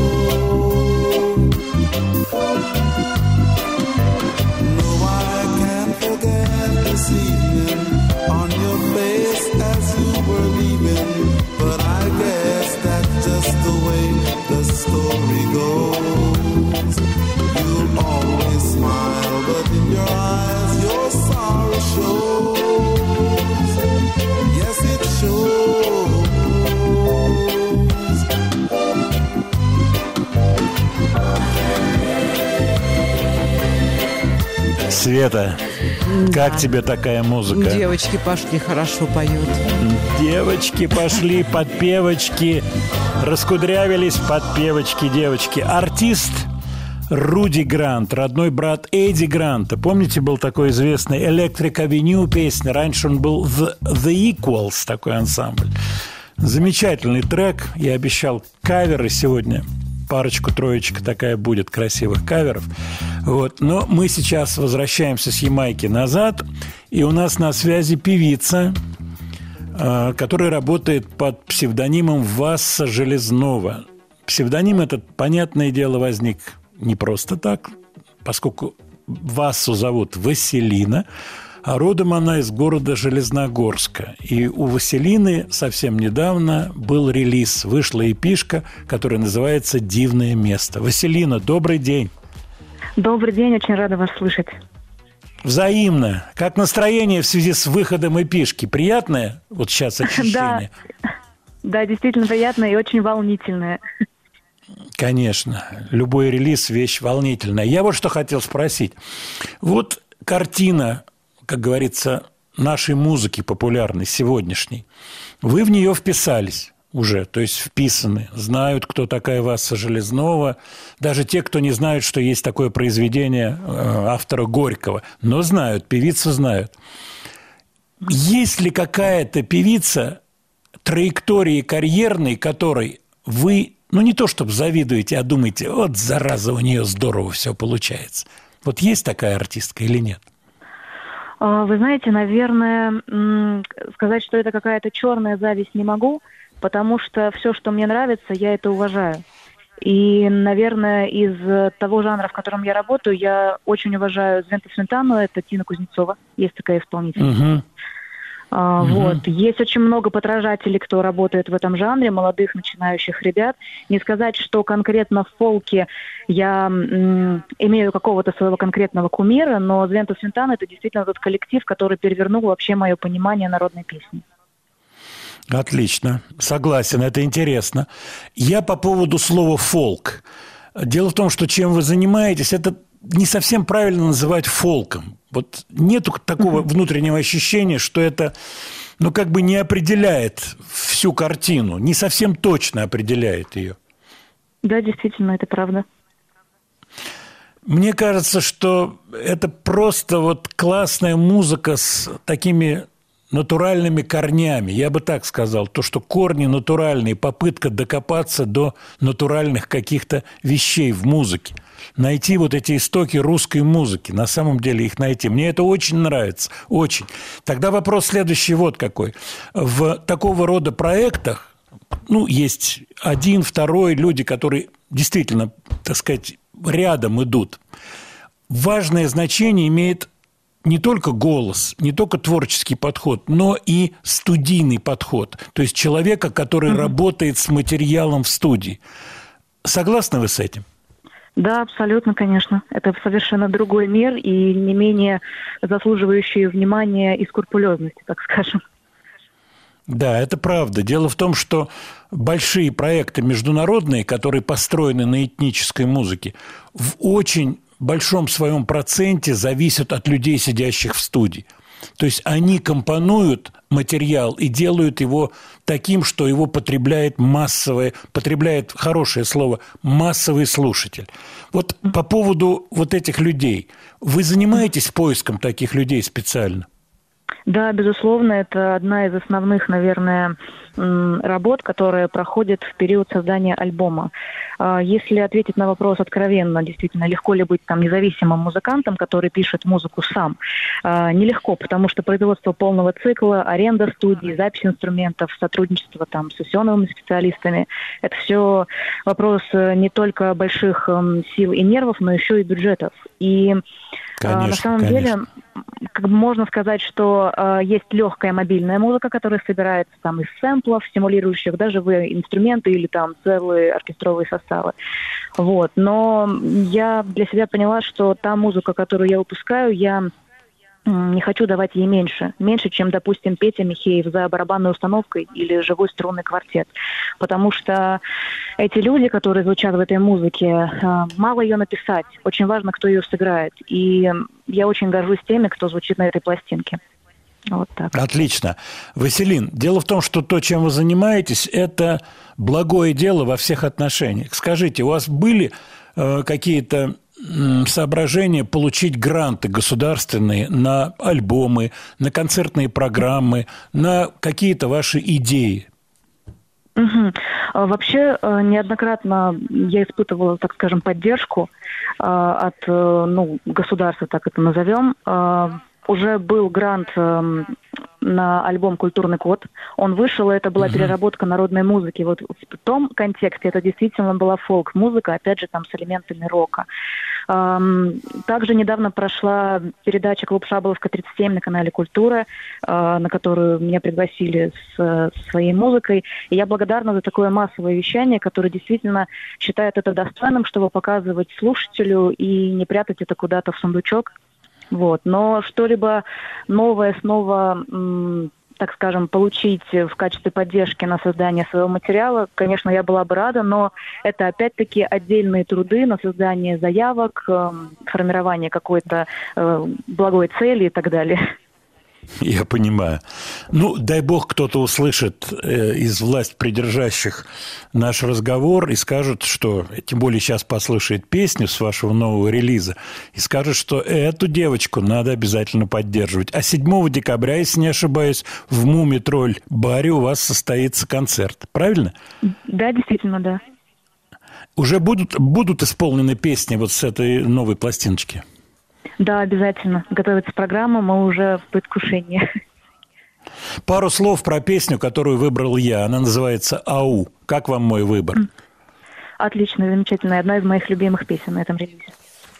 No, I can't forget this evening on your face as you were leaving, but I guess that's just the way the story goes. You'll always smile, but in your eyes your sorrow shows. Yes, it shows. Света, как Да. тебе такая музыка? Девочки пошли, хорошо поют. Девочки пошли, подпевочки, раскудрявились подпевочки, девочки. Артист Руди Грант, родной брат Эдди Гранта. Помните, был такой известный Electric Avenue песня? Раньше он был The, The Equals, такой ансамбль. Замечательный трек. Я обещал каверы сегодня. Парочку-троечка такая будет красивых каверов. Вот. Но мы сейчас возвращаемся с Ямайки назад. И у нас на связи певица, э, которая работает под псевдонимом Васса Железнова. Псевдоним этот, понятное дело, возник не просто так, поскольку Вассу зовут Василина, а родом она из города Железногорска. И у Василины совсем недавно был релиз, вышла эпишка, которая называется «Дивное место». Василина, добрый день. Добрый день, очень рада вас слышать. Взаимно. Как настроение в связи с выходом эпишки? Приятное вот сейчас ощущение? Да, да, действительно приятное и очень волнительное. Конечно. Любой релиз – вещь волнительная. Я вот что хотел спросить. Вот картина, как говорится, нашей музыки популярной, сегодняшней. Вы в нее вписались уже, то есть вписаны. Знают, кто такая Васса Железнова. Даже те, кто не знают, что есть такое произведение автора Горького. Но знают, певицу знают. Есть ли какая-то певица траектории карьерной, которой вы, ну не то чтобы завидуете, а думаете, вот зараза, у нее здорово все получается. Вот есть такая артистка или нет? Вы знаете, наверное, сказать, что это какая-то черная зависть не могу, потому что все, что мне нравится, я это уважаю. И, наверное, из того жанра, в котором я работаю, я очень уважаю Звента Свинтану, это Тина Кузнецова, есть такая исполнительница. Угу. А, Угу. Вот. Есть очень много подражателей, кто работает в этом жанре, молодых начинающих ребят. Не сказать, что конкретно в фолке я м, имею какого-то своего конкретного кумира, но Звента Свинтана – это действительно тот коллектив, который перевернул вообще мое понимание народной песни. Отлично. Согласен, это интересно. Я по поводу слова «фолк». Дело в том, что чем вы занимаетесь, это не совсем правильно называть фолком. Вот нету такого внутреннего ощущения, что это, ну, как бы не определяет всю картину, не совсем точно определяет ее. Да, действительно, это правда. Мне кажется, что это просто вот классная музыка с такими натуральными корнями. Я бы так сказал. То, что корни натуральные, попытка докопаться до натуральных каких-то вещей в музыке. Найти вот эти истоки русской музыки. На самом деле их найти. Мне это очень нравится. Очень. Тогда вопрос следующий вот какой. В такого рода проектах, ну, есть один, второй, люди, которые действительно, так сказать, рядом идут. Важное значение имеет не только голос, не только творческий подход, но и студийный подход. То есть человека, который mm-hmm. работает с материалом в студии. Согласны вы с этим? Да, абсолютно, конечно. Это совершенно другой мир и не менее заслуживающий внимания и скрупулезности, так скажем. Да, это правда. Дело в том, что большие проекты международные, которые построены на этнической музыке, в очень большом своем проценте зависят от людей, сидящих в студии. То есть они компонуют материал и делают его таким, что его потребляет массовое, потребляет хорошее слово, массовый слушатель. Вот по поводу вот этих людей. Вы занимаетесь поиском таких людей специально? Да, безусловно, это одна из основных, наверное, работ, которая проходит в период создания альбома. Если ответить на вопрос откровенно, действительно, легко ли быть там независимым музыкантом, который пишет музыку сам? Нелегко, потому что производство полного цикла, аренда студии, запись инструментов, сотрудничество там с сессионными специалистами – это все вопрос не только больших сил и нервов, но еще и бюджетов. И конечно, на самом конечно. деле как бы можно сказать, что э, есть легкая мобильная музыка, которая собирается там из сэмплов, стимулирующих, да, живые инструменты или там целые оркестровые составы. Вот. Но я для себя поняла, что та музыка, которую я выпускаю, я не хочу давать ей меньше. Меньше, чем, допустим, Петя Михеев за барабанной установкой или живой струнный квартет. Потому что эти люди, которые звучат в этой музыке, мало ее написать. Очень важно, кто ее сыграет. И я очень горжусь теми, кто звучит на этой пластинке. Вот так. Отлично. Василин, дело в том, что то, чем вы занимаетесь, это благое дело во всех отношениях. Скажите, у вас были э, какие-то соображение получить гранты государственные на альбомы, на концертные программы, на какие-то ваши идеи? Угу. Вообще, неоднократно я испытывала, так скажем, поддержку от, ну, государства, так это назовем. Уже был грант на альбом «Культурный код». Он вышел, и это была uh-huh. переработка народной музыки. Вот в том контексте это действительно была фолк-музыка, опять же, там с элементами рока. Также недавно прошла передача «Клуб Шаболовка тридцать семь» на канале «Культура», на которую меня пригласили с своей музыкой. И я благодарна за такое массовое вещание, которое действительно считает это достойным, чтобы показывать слушателю и не прятать это куда-то в сундучок. Вот. Но что-либо новое снова, м, так скажем, получить в качестве поддержки на создание своего материала, конечно, я была бы рада, но это опять-таки отдельные труды на создание заявок, э, формирование какой-то э, благой цели и так далее. Я понимаю. Ну, дай бог, кто-то услышит э, из власть придержащих наш разговор и скажет, что, тем более сейчас послушает песню с вашего нового релиза, и скажет, что эту девочку надо обязательно поддерживать. А седьмого декабря, если не ошибаюсь, в Мумий-тролль-баре у вас состоится концерт. Правильно? Да, действительно, да. Уже будут, будут исполнены песни вот с этой новой пластиночки? Да, обязательно. Готовится программа, мы уже в предвкушении. Пару слов про песню, которую выбрал я. Она называется «Ау». Как вам мой выбор? Отлично, замечательно. Одна из моих любимых песен на этом релизе.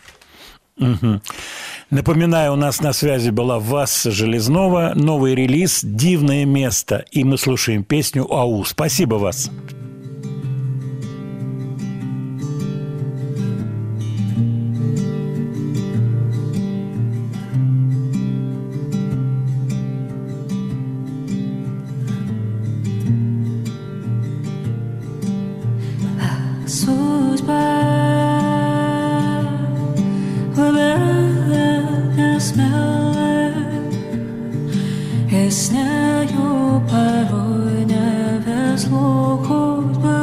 Угу. Напоминаю, у нас на связи была Васса Железнова. Новый релиз «Дивное место». И мы слушаем песню «Ау». Спасибо, Васса. Песнею порой не везло хоть бы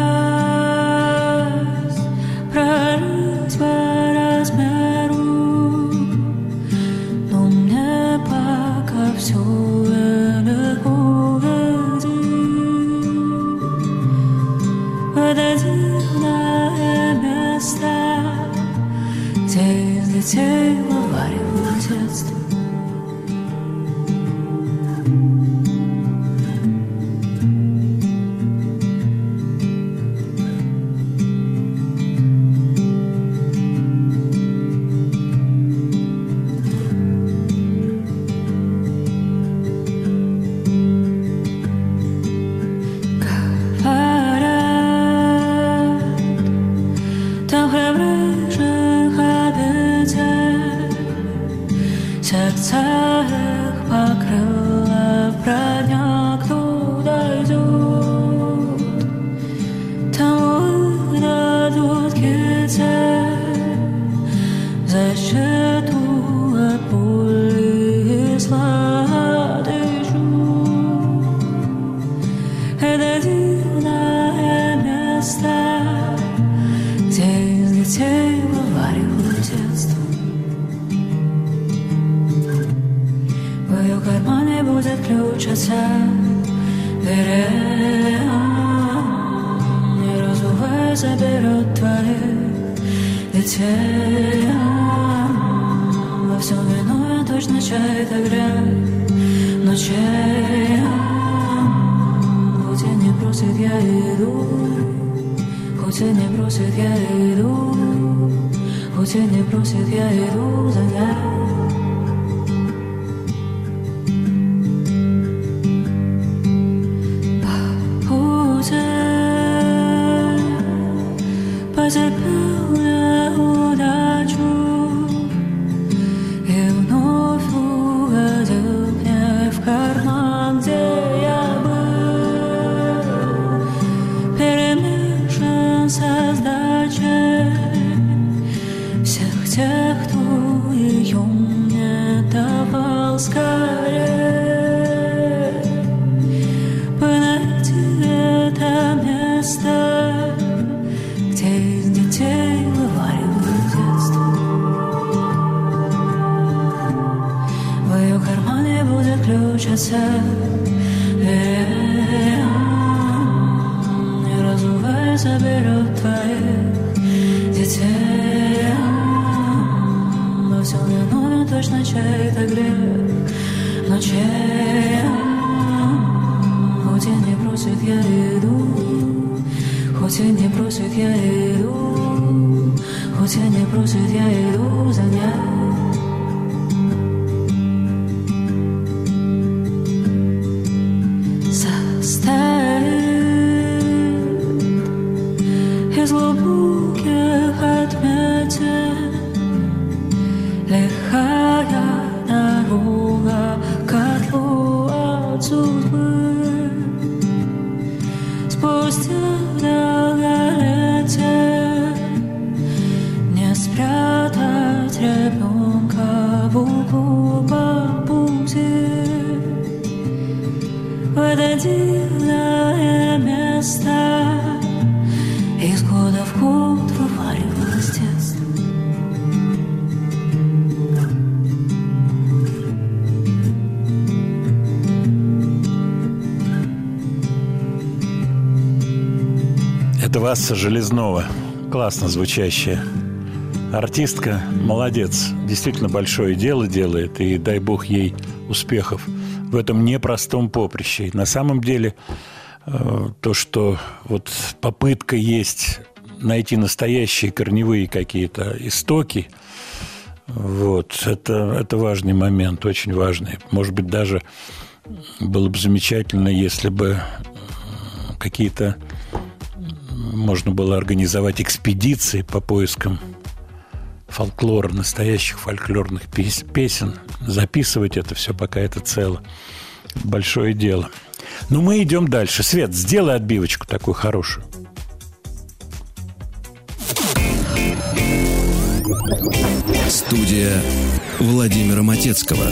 раз прорыть по размеру, но мне пока все легко видеть. Это дивное место, где из детей вываривают детство. потерпел неудачу и вновь угодил к ней в карман, где я был перемешан со сдачей всех тех, кто ее мне давал. Скорее бы найти это место, где из детей вываривают детство. В ее кармане будет ключ от сердца, не разуваясь, берет твоих детей. Во всем виновен точно чей-то грех, но чей? Хоть и не просит, я иду. Хоть и не просит, я иду. Хоть и не просит, я иду за ней. Состоит из глубоких отметин лихая дорога к котлу от судьбы. Спустя долголетие не спрятать ребенка в углу по пути в это дивное место. Из года в год вываривалось детство. Это Васса Железнова, классно звучащая артистка, молодец, действительно большое дело делает, и дай бог ей успехов в этом непростом поприще. На самом деле, то, что вот попытка есть найти настоящие корневые какие-то истоки, вот, это, это важный момент, очень важный. Может быть, даже было бы замечательно, если бы какие-то можно было организовать экспедиции по поискам фольклора, настоящих фольклорных песен, записывать это все, пока это цело. Большое дело. Но мы идем дальше. Свет, сделай отбивочку такую хорошую. Студия Владимира Матецкого.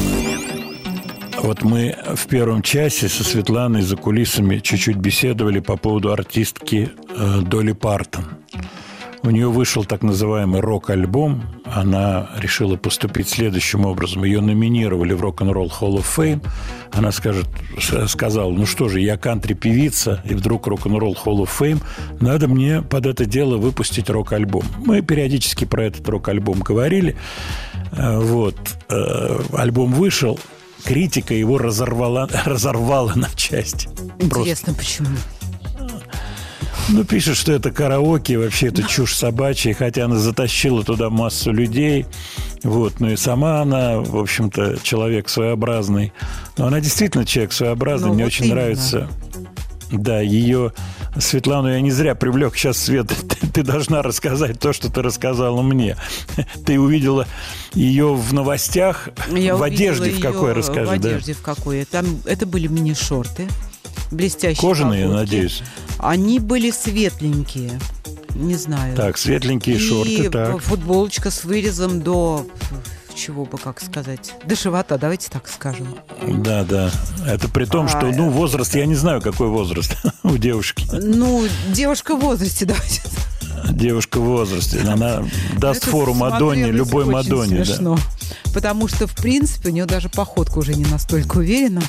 Вот мы в первом часе со Светланой за кулисами чуть-чуть беседовали по поводу артистки э, Долли Партон. У нее вышел так называемый рок-альбом. Она решила поступить следующим образом. Ее номинировали в Rock-and-Roll Hall of Fame. Она скажет, сказала, ну что же, я кантри-певица, и вдруг Rock-and-Roll Hall of Fame. Надо мне под это дело выпустить рок-альбом. Мы периодически про этот рок-альбом говорили. Вот. Альбом вышел. Критика его разорвала, разорвала на части. Интересно, просто. Почему? Ну, пишет, что это караоке, вообще это чушь собачья, хотя она затащила туда массу людей. Вот. Ну и сама она, в общем-то, человек своеобразный. Но она действительно человек своеобразный. Ну, Мне вот очень именно. нравится. Да, ее... Светлану я не зря привлек. Сейчас, Свет, ты, ты должна рассказать то, что ты рассказала мне. Ты увидела ее в новостях. Я в одежде в какой, расскажи. В одежде да? в какой. Там, это были мини-шорты. Блестящие. Кожаные, колготки. Надеюсь. Они были светленькие. Не знаю. Так, светленькие и шорты. Так. Футболочка с вырезом до... Чего бы, как сказать? До живота, давайте так скажем. Да, да. Это при том, что, ну, возраст, я не знаю, какой возраст у девушки. Ну, девушка в возрасте, давайте. Девушка в возрасте. Она даст фору Мадонне, любой Мадонне. Смешно. Да. Потому что, в принципе, у нее даже походка уже не настолько уверена.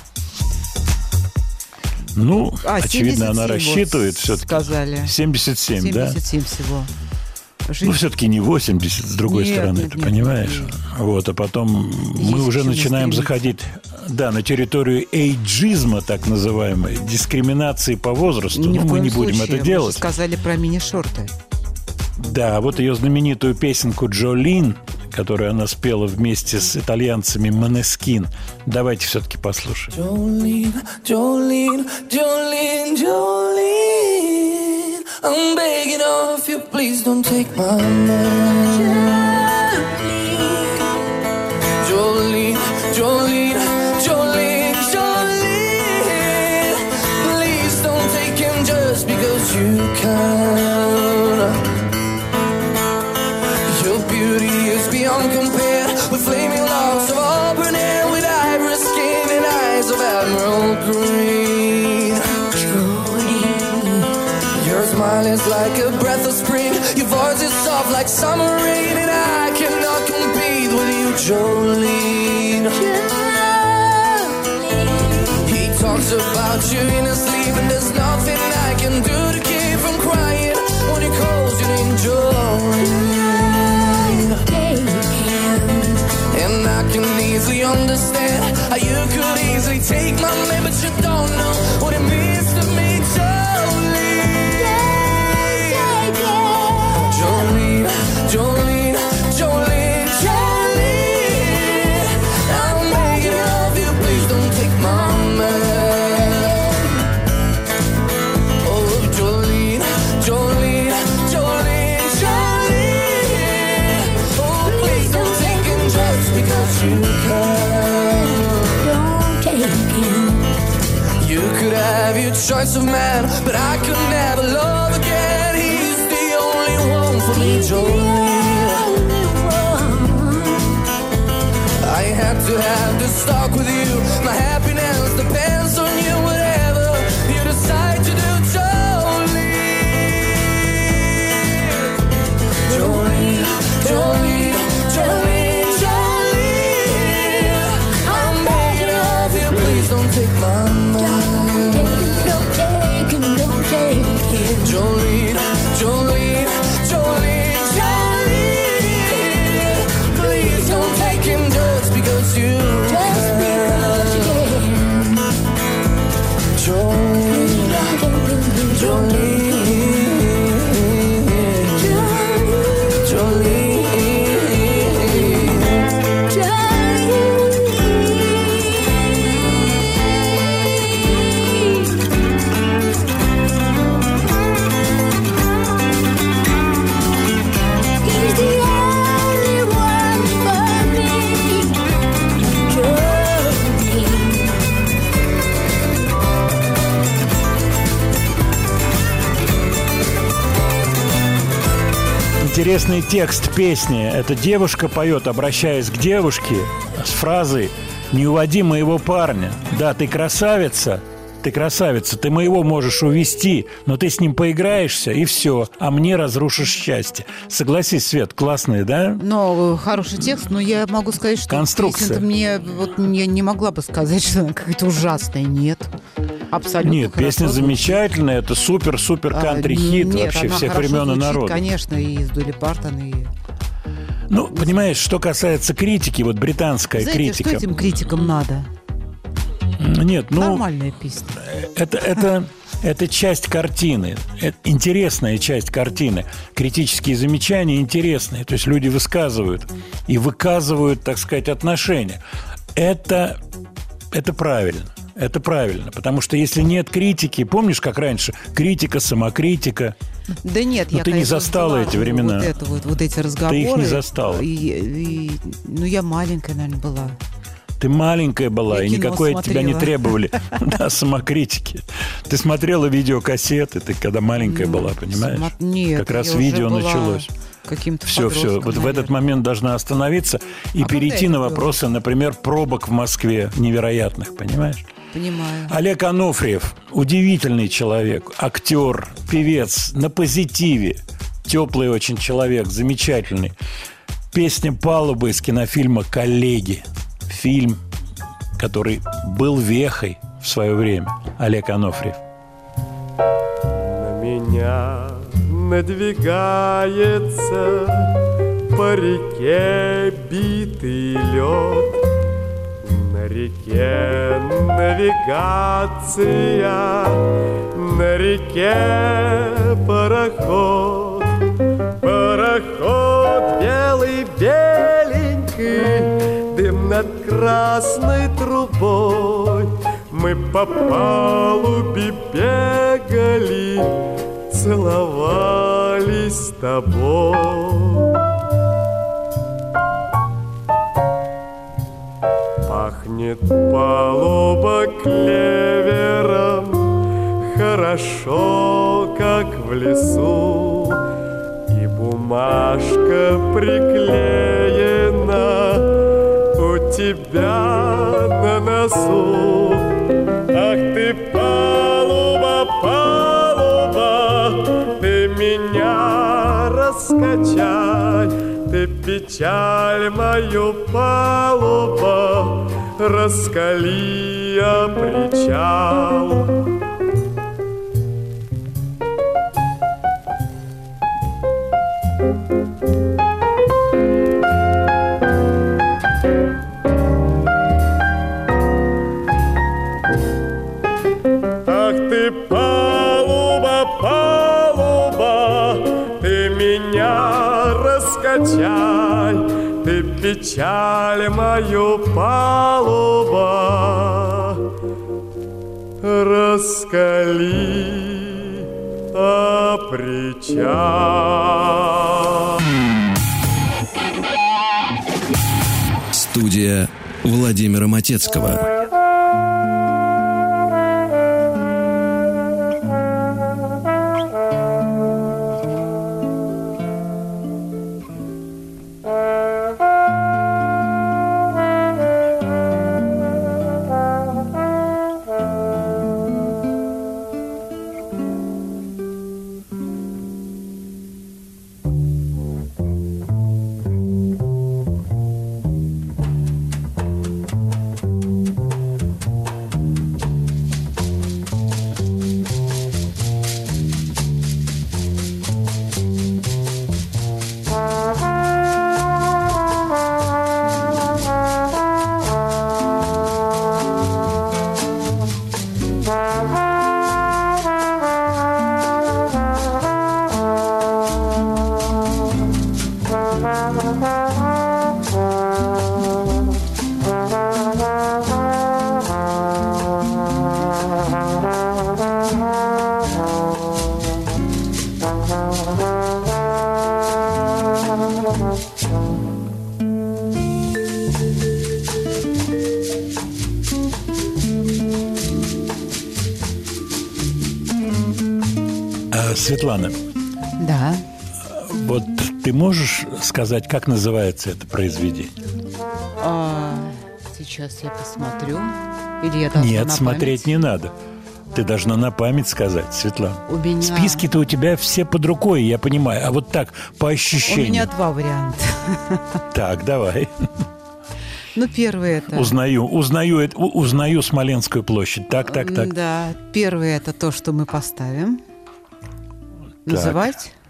Ну, а, очевидно, она рассчитывает вот все-таки. Сказали. семьдесят семь, семьдесят семь, да? семьдесят семь всего. Жизнь. Ну, все-таки не восемьдесят, с другой нет, стороны, нет, ты нет, понимаешь? Нет. Вот, а потом есть мы уже начинаем стремиться. заходить, да, на территорию эйджизма, так называемой, дискриминации по возрасту. Ни Но мы не будем случае. это делать. Мы же сказали про мини-шорты. Да, вот ее знаменитую песенку «Джолин», которую она спела вместе с итальянцами «Måneskin». Давайте все-таки послушаем. Jolene, Jolene, Jolene, Jolene, I'm begging of you, please don't take my man. Jolene, Jolene, Jolene, Jolene, please don't take him just because you can. Your beauty is beyond compare, with flaming locks of auburn hair, with ivory skin and eyes of emerald green. Jolene, your smile is like a breath of spring, your voice is soft like summer rain, and I cannot compete with you, Jolene. Jolene. He talks about you in his sleep, and there's nothing I can do to keep from crying when he calls your name, Jolene. And I can easily understand how you could easily take my man, but you don't know what it means to me, Jolene. Jolene, Jolene, Jolene, Jolene, I'm begging of you, please don't take my man. Oh, Jolene, Jolene, Jolene, Jolene, oh, please don't take him just because you can. Don't take him. You could have your choice of man, but I could never love again. He's the only one for me, Jolene. I had to have this talk with you. My happiness depends on you. Whatever you decide to do, Jolene. Jolene, Jolene, Jolene, Jolene, I'm begging of you, please don't take my mind. Don't take him, don't take him. Jolene, Jolene, Jolene, Jolene, please don't take him just because you just because you can. Jolene, Jolene, Jolene, he's the only one for me, Jolene. Интересный текст песни. Эта девушка поет, обращаясь к девушке, с фразой «Не уводи моего парня». Да, ты красавица, ты красавица, ты моего можешь увести, но ты с ним поиграешься, и все, а мне разрушишь счастье. Согласись, Свет, классный, да? Но хороший текст, но я могу сказать, что Конструкция. песня-то мне, вот, я не могла бы сказать, что она какая-то ужасная. Нет. Абсолютно. Нет, хорошо песня звучит. замечательная, это супер-супер А, кантри-хит нет, вообще она всех хорошо времен и звучит, народа. конечно, и с Долли Партон, и... Ну, понимаешь, что касается критики, вот британская Знаете, критика. что этим критикам надо? Нет, ну... Нормальная песня. Это, это, это часть картины, это интересная часть картины. Критические замечания интересные, то есть люди высказывают и выказывают, так сказать, отношения. Это, это правильно. Это правильно, потому что если нет критики, помнишь, как раньше, критика, самокритика. Да нет, Но я, ты не конечно, застала знала эти времена. Вот, это, вот, вот эти разговоры. Ты их не застала. И, и, ну, я маленькая, наверное, была. Ты маленькая была, Я и кино никакой от тебя не смотрела. требовали да, самокритики. Ты смотрела видеокассеты, ты когда маленькая Ну, была, понимаешь? смо- Нет, как раз я уже видео была началось. Каким-то Все, все. подростком, Вот в этот наверное. момент должна остановиться и А когда перейти это на было? вопросы, например, пробок в Москве невероятных, понимаешь? Понимаю. Олег Анофриев, удивительный человек, актер, певец, на позитиве, теплый очень человек, замечательный. Песня «Палуба» из кинофильма «Коллеги». Фильм, который был вехой в свое время. Олег Анофриев. На меня надвигается по реке битый лед. На реке навигация, на реке пароход. Пароход белый, беленький, дым над красной трубой. Мы по палубе бегали, целовались с тобой. Пахнет палуба клевером, хорошо, как в лесу, и бумажка приклеена у тебя на носу. Ах ты, палуба, палуба, ты меня раскачай, ты печаль мою, палуба, раскали я причал. Ах ты, палуба, палуба, ты меня раскачай, ты печаль мою, палуба, раскали, а причал. Студия Владимира Матецкого. Светлана. Да. Вот ты можешь сказать, как называется это произведение? А, сейчас я посмотрю. Или я должна Нет, на смотреть память? не надо. Ты должна на память сказать, Светлана. У меня... Списки-то у тебя все под рукой, я понимаю. А вот так, по ощущениям. У меня два варианта. Так, давай. Ну, первый это... Узнаю, узнаю, это- у- узнаю Смоленскую площадь. Так, так, так. Да, первый это то, что мы поставим. Называть?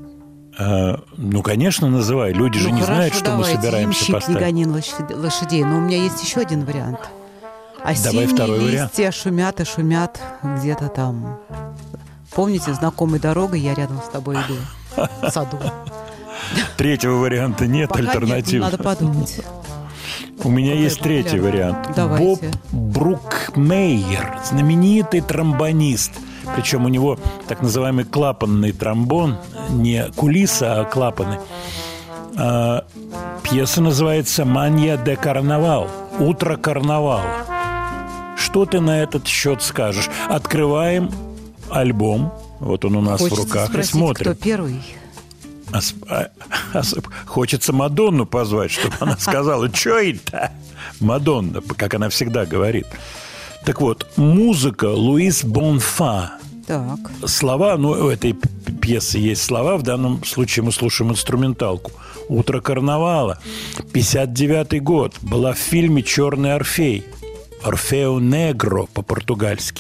А, ну, конечно, называй. Люди же Ну, не хорошо, знают, что давайте. мы собираемся «Ямщик, не поставить. гони лошадь- лошадей». Но у меня есть еще один вариант. Осенние второй вариант. листья шумят и шумят где-то там. Помните, знакомой дорогой я рядом с тобой иду в саду. Третьего варианта нет, Пока нет, альтернативы. надо подумать. У меня Какая есть третий популярная? вариант. Давайте. Боб Брукмейер, знаменитый тромбонист. Причем у него так называемый клапанный тромбон, не кулиса, а клапаны. А, пьеса называется «Манья де карнавал», «Утро карнавала». Что ты на этот счет скажешь? Открываем альбом, вот он у нас Хочется в руках, спросить, и смотрим. кто первый? А с- а- а с- хочется Мадонну позвать, чтобы она сказала, что это? Мадонна, как она всегда говорит. Так вот, музыка Луис Бонфа. Так. Слова, ну, у этой п- пьесы есть слова, в данном случае мы слушаем инструменталку. «Утро карнавала», пятьдесят девятый год, была в фильме «Черный Орфей», «Орфео Негро» по-португальски.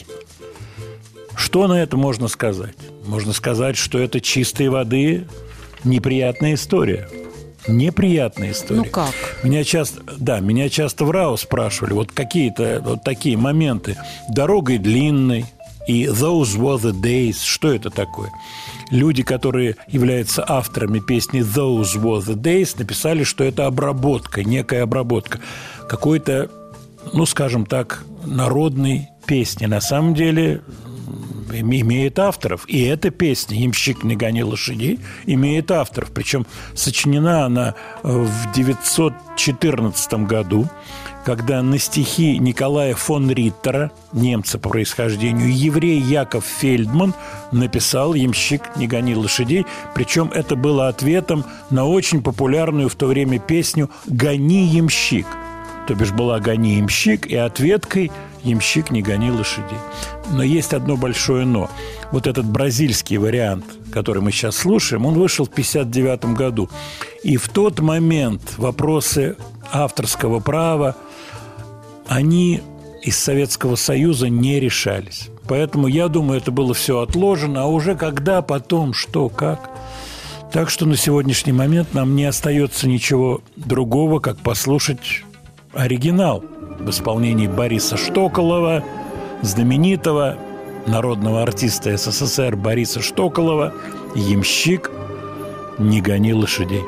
Что на это можно сказать? Можно сказать, что это чистой воды неприятная история. Неприятная история. Ну как? Меня часто, да, меня часто в РАО спрашивали, вот какие-то вот такие моменты. «Дорогой длинной» и «Those were the days». Что это такое? Люди, которые являются авторами песни «Those were the days», написали, что это обработка, некая обработка какой-то, ну, скажем так, народной песни. На самом деле имеет авторов. И эта песня «Ямщик, не гони лошадей» имеет авторов. Причем сочинена она в девятьсот четырнадцатом году, когда на стихи Николая фон Риттера, немца по происхождению, еврей Яков Фельдман написал «Ямщик, не гони лошадей». Причем это было ответом на очень популярную в то время песню «Гони, ямщик». То бишь была «Гони, ямщик», и ответкой «Ямщик, не гони лошадей». Но есть одно большое «но». Вот этот бразильский вариант, который мы сейчас слушаем, он вышел в пятьдесят девятом году. И в тот момент вопросы авторского права, они из Советского Союза не решались. Поэтому, я думаю, это было все отложено, а уже когда, потом, что, как. Так что на сегодняшний момент нам не остается ничего другого, как послушать оригинал в исполнении Бориса Штоколова, знаменитого народного артиста СССР Бориса Штоколова, «Ямщик, не гони лошадей».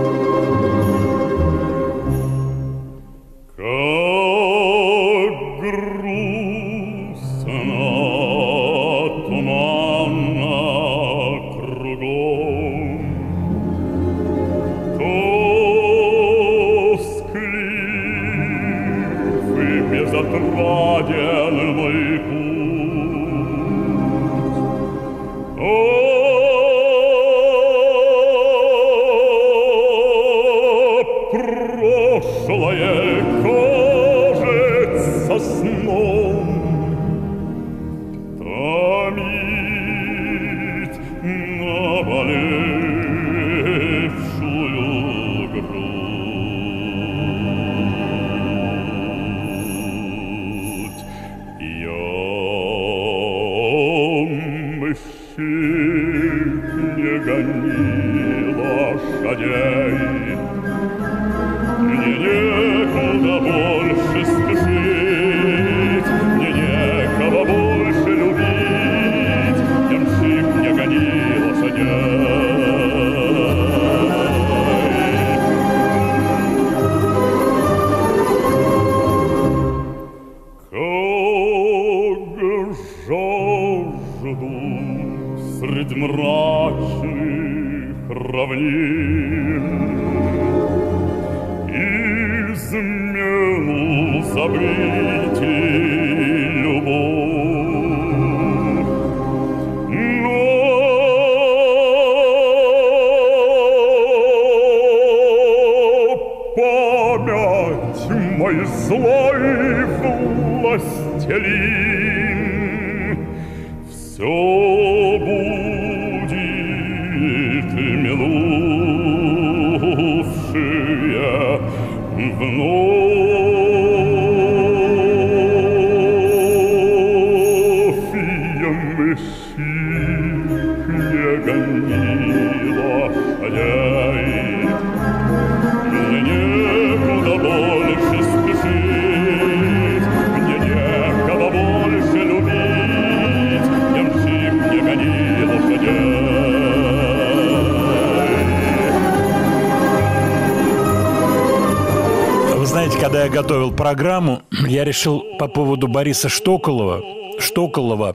Когда я готовил программу, я решил по поводу Бориса Штоколова, Штоколова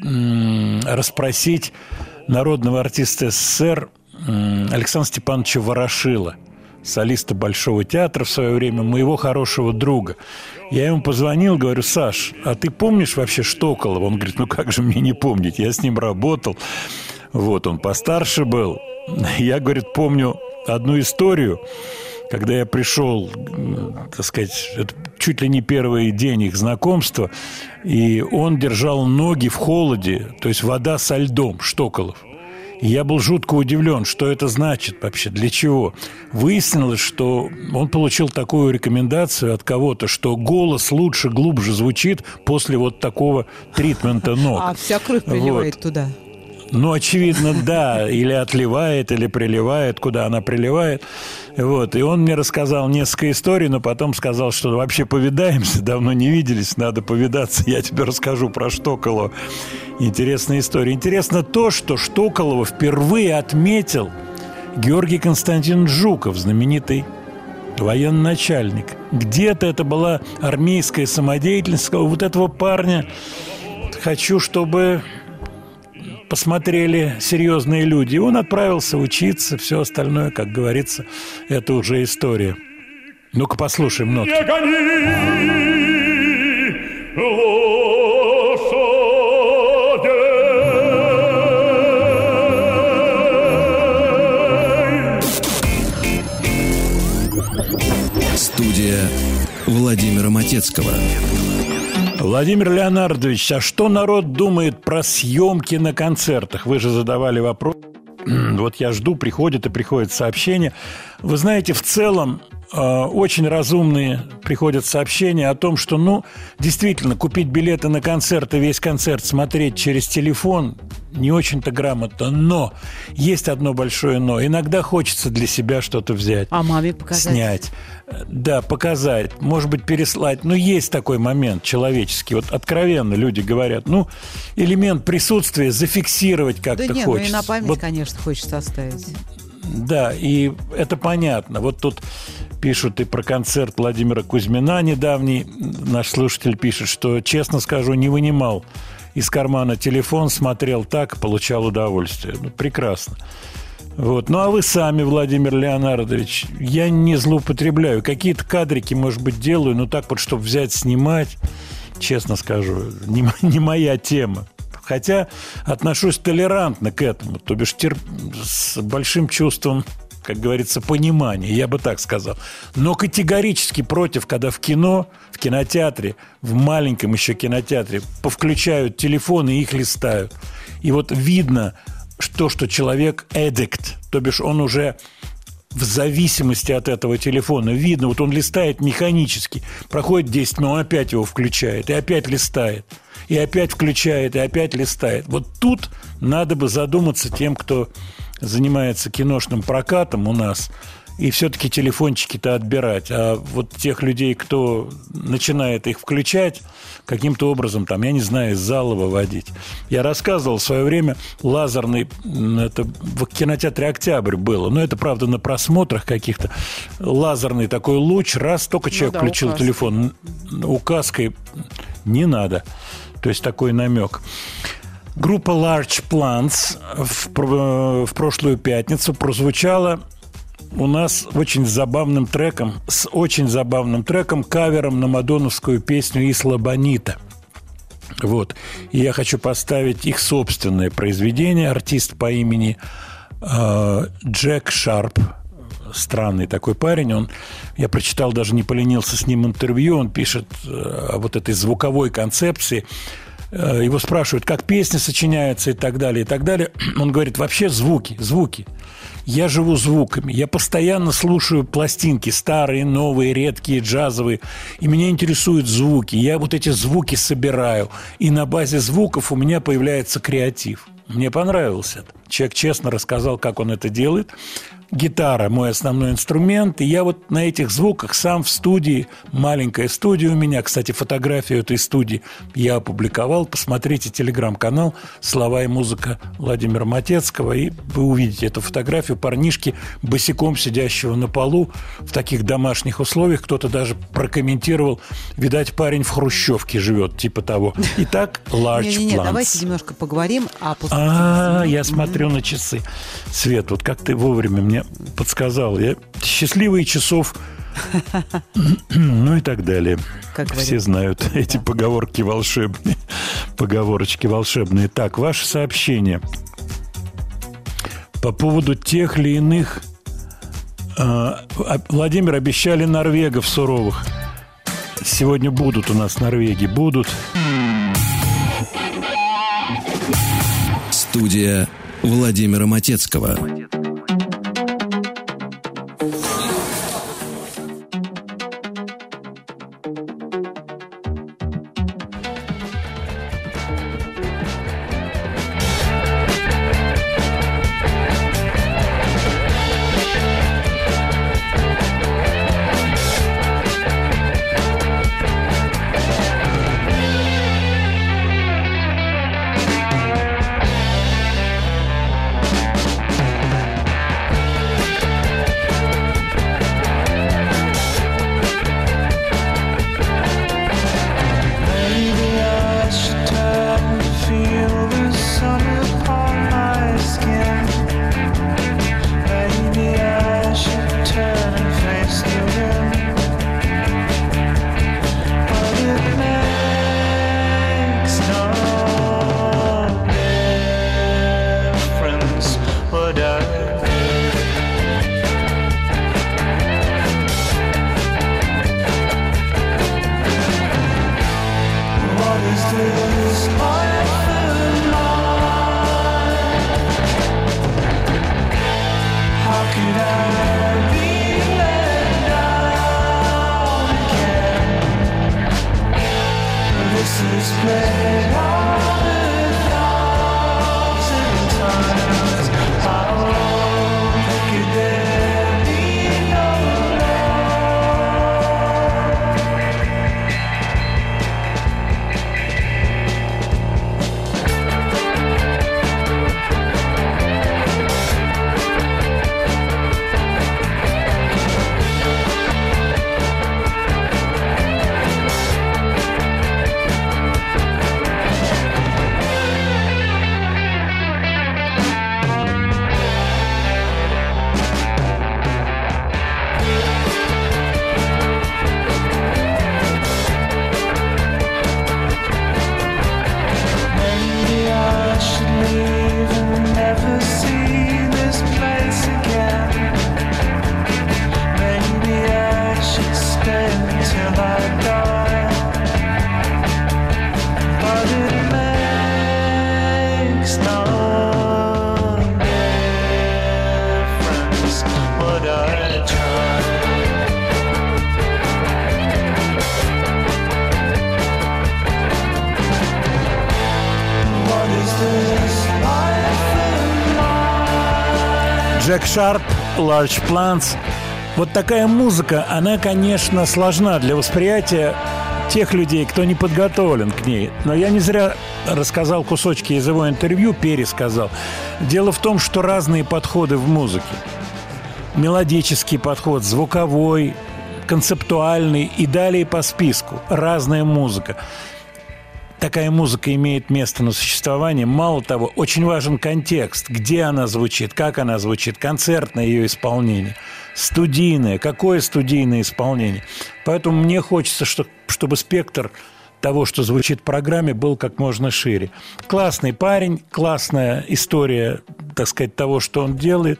м- расспросить народного артиста СССР м- Александра Степановича Ворошила, солиста Большого театра в свое время, моего хорошего друга. Я ему позвонил, говорю: Саш, а ты помнишь вообще Штоколова? Он говорит: ну как же мне не помнить, я с ним работал. Вот, он постарше был. Я, говорит, помню одну историю. Когда я пришел, так сказать, это чуть ли не первый день их знакомства, и он держал ноги в холоде, то есть вода со льдом, Штоколов. И я был жутко удивлен, что это значит вообще, для чего. Выяснилось, что он получил такую рекомендацию от кого-то, что голос лучше, глубже звучит после вот такого тритмента ног. А вся кровь приливает вот туда. Ну, очевидно, да, или отливает, или приливает, куда она приливает. Вот. И он мне рассказал несколько историй, но потом сказал, что вообще повидаемся, давно не виделись, надо повидаться, я тебе расскажу про Штоколова. Интересная история. Интересно то, что Штоколова впервые отметил Георгий Константинович Жуков, знаменитый военачальник. Где-то это была армейская самодеятельность. Вот этого парня хочу, чтобы... посмотрели серьезные люди. Он отправился учиться, все остальное, как говорится, это уже история. Ну-ка послушаем нотки. Студия Владимира Матецкого. Владимир Леонардович, а что народ думает про съемки на концертах? Вы же задавали вопрос. Вот я жду, приходит и приходит сообщение. Вы знаете, в целом э, очень разумные приходят сообщения о том, что, ну, действительно, купить билеты на концерт и весь концерт смотреть через телефон не очень-то грамотно. Но есть одно большое но. Иногда хочется для себя что-то взять. А маме показать. Снять. Да, показать. Может быть, переслать. Но есть такой момент человеческий. Вот откровенно люди говорят, ну, элемент присутствия зафиксировать как-то да нет, хочется. Ну и на память, вот, конечно, хочется оставить. Да, и это понятно. Вот тут пишут и про концерт Владимира Кузьмина недавний. Наш слушатель пишет, что, честно скажу, не вынимал из кармана телефон, смотрел так, получал удовольствие. Ну, прекрасно. Вот. Ну, а вы сами, Владимир Леонардович, я не злоупотребляю. Какие-то кадрики, может быть, делаю, но так вот, чтобы взять, снимать, честно скажу, не, не моя тема. Хотя отношусь толерантно к этому, то бишь терп... с большим чувством, как говорится, понимания, я бы так сказал. Но категорически против, когда в кино, в кинотеатре, в маленьком еще кинотеатре повключают телефоны и их листают. И вот видно, что, что человек addict, то бишь он уже в зависимости от этого телефона. Видно, вот он листает механически, проходит десять минут, он опять его включает, и опять листает, и опять включает, и опять листает. Вот тут надо бы задуматься тем, кто занимается киношным прокатом у нас, и все-таки телефончики-то отбирать. А вот тех людей, кто начинает их включать, каким-то образом, там, я не знаю, из зала выводить. Я рассказывал в свое время лазерный, это в кинотеатре «Октябрь» было, но это, правда, на просмотрах каких-то, лазерный такой луч, раз только человек ну, да, включил указкой. Телефон, указкой не надо. То есть такой намек. Группа Large Plants в, в прошлую пятницу прозвучала у нас очень забавным треком, с очень забавным треком, кавером на мадонновскую песню «Исла Бонита». Вот. И я хочу поставить их собственное произведение. Артист по имени э, Джек Шарп. Странный такой парень. Он, я прочитал, даже не поленился с ним интервью. Он пишет э, о вот этой звуковой концепции. Э, его спрашивают, как песня сочиняется и так далее, и так далее. Он говорит, вообще звуки, звуки. Я живу звуками, я постоянно слушаю пластинки, старые, новые, редкие, джазовые, и меня интересуют звуки. Я вот эти звуки собираю, и на базе звуков у меня появляется креатив. Мне понравилось это. Человек честно рассказал, как он это делает. Гитара – мой основной инструмент, и я вот на этих звуках сам в студии, маленькая студия у меня, кстати, фотографию этой студии я опубликовал, посмотрите телеграм-канал «Слова и музыка» Владимира Матецкого, и вы увидите эту фотографию парнишки, босиком сидящего на полу в таких домашних условиях, кто-то даже прокомментировал, видать, парень в хрущевке живет, типа того. Итак, Large Plants. Не-не-не, давайте немножко поговорим о... А, я смотрю на часы. Свет, вот как ты вовремя мне подсказал. Я счастливые часов, ну и так далее. Как все знают эти поговорки волшебные. Поговорочки волшебные. Так, ваше сообщение по поводу тех или иных. Владимир, обещали норвегов суровых. Сегодня будут у нас норвеги. Будут. Студия Владимира Матецкого. Джек Шарп, Large Plants. Вот такая музыка, она, конечно, сложна для восприятия тех людей, кто не подготовлен к ней. Но я не зря рассказал кусочки из его интервью, пересказал. Дело в том, что разные подходы в музыке. Мелодический подход, звуковой, концептуальный и далее по списку. Разная музыка. Такая музыка имеет место на существование. Мало того, очень важен контекст, где она звучит, как она звучит, концертное ее исполнение, студийное, какое студийное исполнение. Поэтому мне хочется, чтобы спектр того, что звучит в программе, был как можно шире. Классный парень, классная история, так сказать, того, что он делает.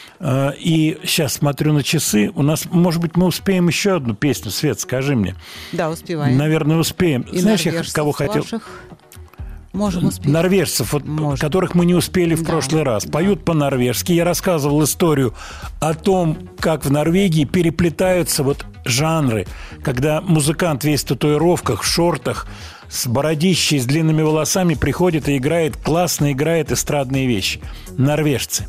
И сейчас смотрю на часы. У нас, может быть, мы успеем еще одну песню. Свет, скажи мне. Да, успеваем. Наверное, успеем. И знаешь, я кого хотел? Ваших можем успеть. Норвежцев, вот, которых мы не успели в да, прошлый раз. Поют да. по-норвежски. Я рассказывал историю о том, как в Норвегии переплетаются вот жанры, когда музыкант весь в татуировках, в шортах, с бородищей, с длинными волосами приходит и играет, классно играет эстрадные вещи. Норвежцы.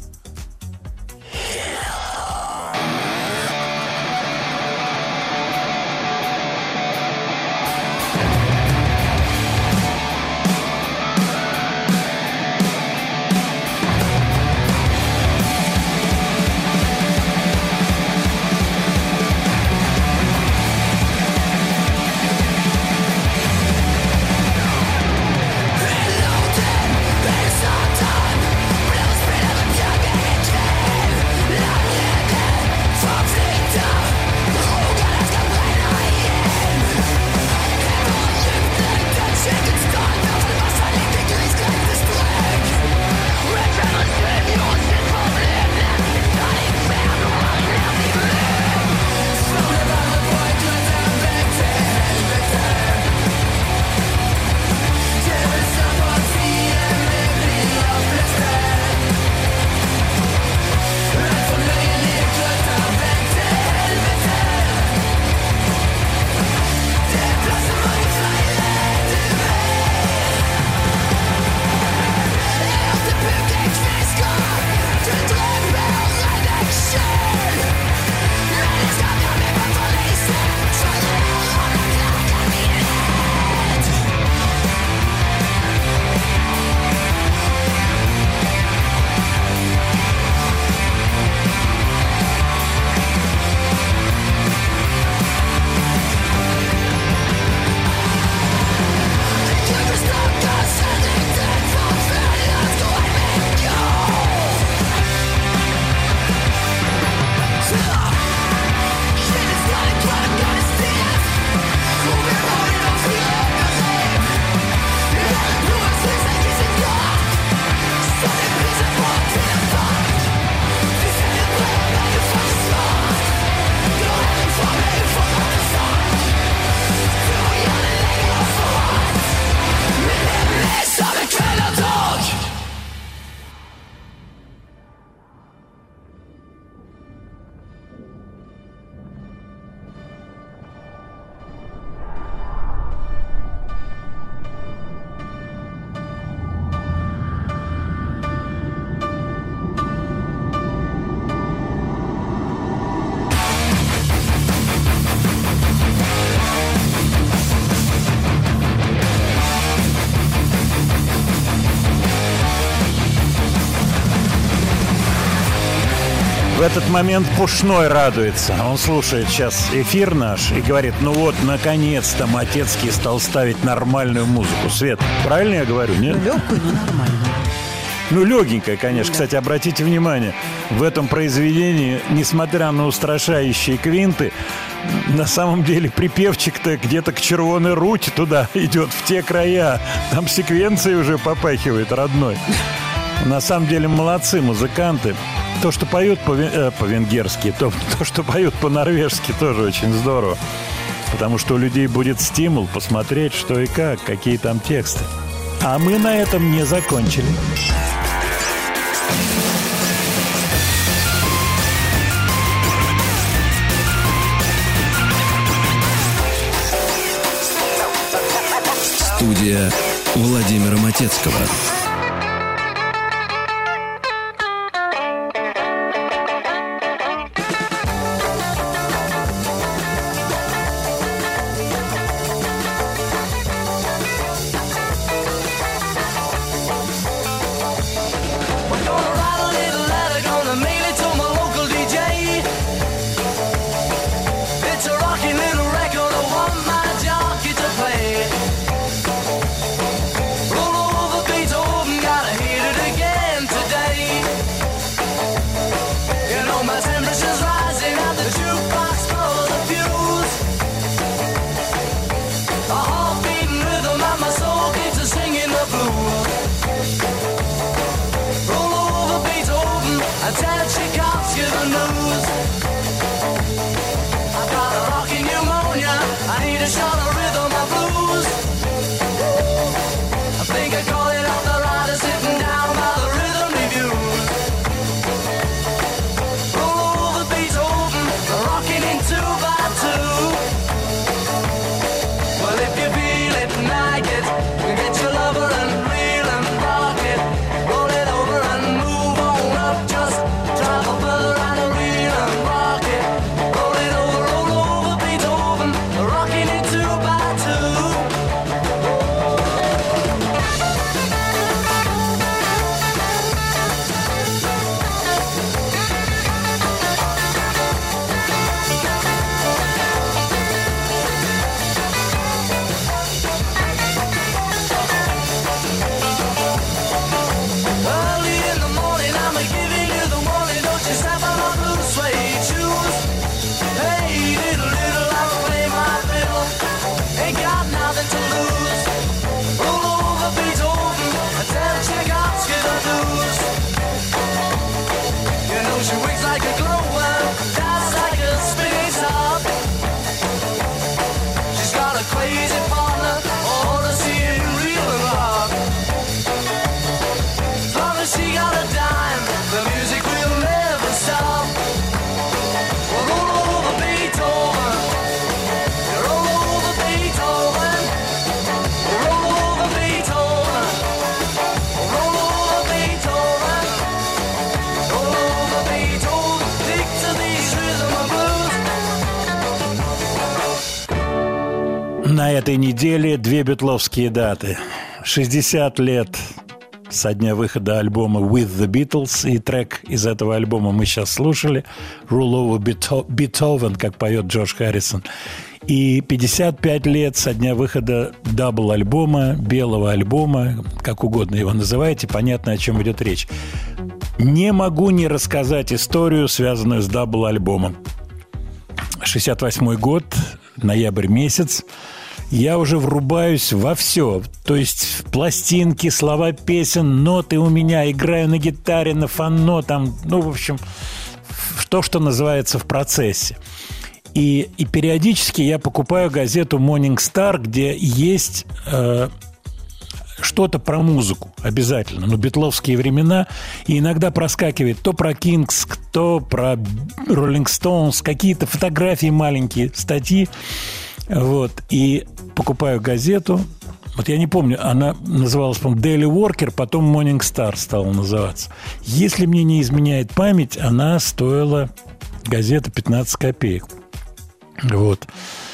Blues, freedom, and этот момент Пушной радуется. Он слушает сейчас эфир наш и говорит: ну вот, наконец-то Матецкий стал ставить нормальную музыку. Свет, правильно я говорю, нет? Ну, легкую, но нормальную. Ну, легенькая, конечно. Да. Кстати, обратите внимание, в этом произведении, несмотря на устрашающие квинты, на самом деле припевчик-то где-то к червоной рути туда идет, в те края. Там секвенции уже попахивает родной. На самом деле молодцы музыканты. То, что поют э, по-венгерски, то, то, что поют по-норвежски, тоже очень здорово. Потому что у людей будет стимул посмотреть, что и как, какие там тексты. А мы на этом не закончили. Студия Владимира Матецкого. На этой неделе две битловские даты. шестьдесят лет со дня выхода альбома «With the Beatles», и трек из этого альбома мы сейчас слушали, «Rule over Beethoven», как поет Джордж Харрисон. И пятьдесят пять лет со дня выхода дабл-альбома, белого альбома, как угодно его называйте, понятно, о чем идет речь. Не могу не рассказать историю, связанную с дабл-альбомом. шестьдесят восьмой год, ноябрь месяц. Я уже врубаюсь во все. То есть пластинки, слова песен, ноты у меня. Играю на гитаре, на фано, там, ну, в общем, то, что называется в процессе. И, и периодически я покупаю газету Morning Star, где есть э, что-то про музыку обязательно. Ну, битловские времена. И иногда проскакивает то про Кингс, то про Rolling Stones, какие-то фотографии маленькие, статьи. Вот. И покупаю газету. Вот я не помню, она называлась, по-моему, Daily Worker, потом Morning Star стала называться. Если мне не изменяет память, она стоила, газета, пятнадцать копеек. Вот.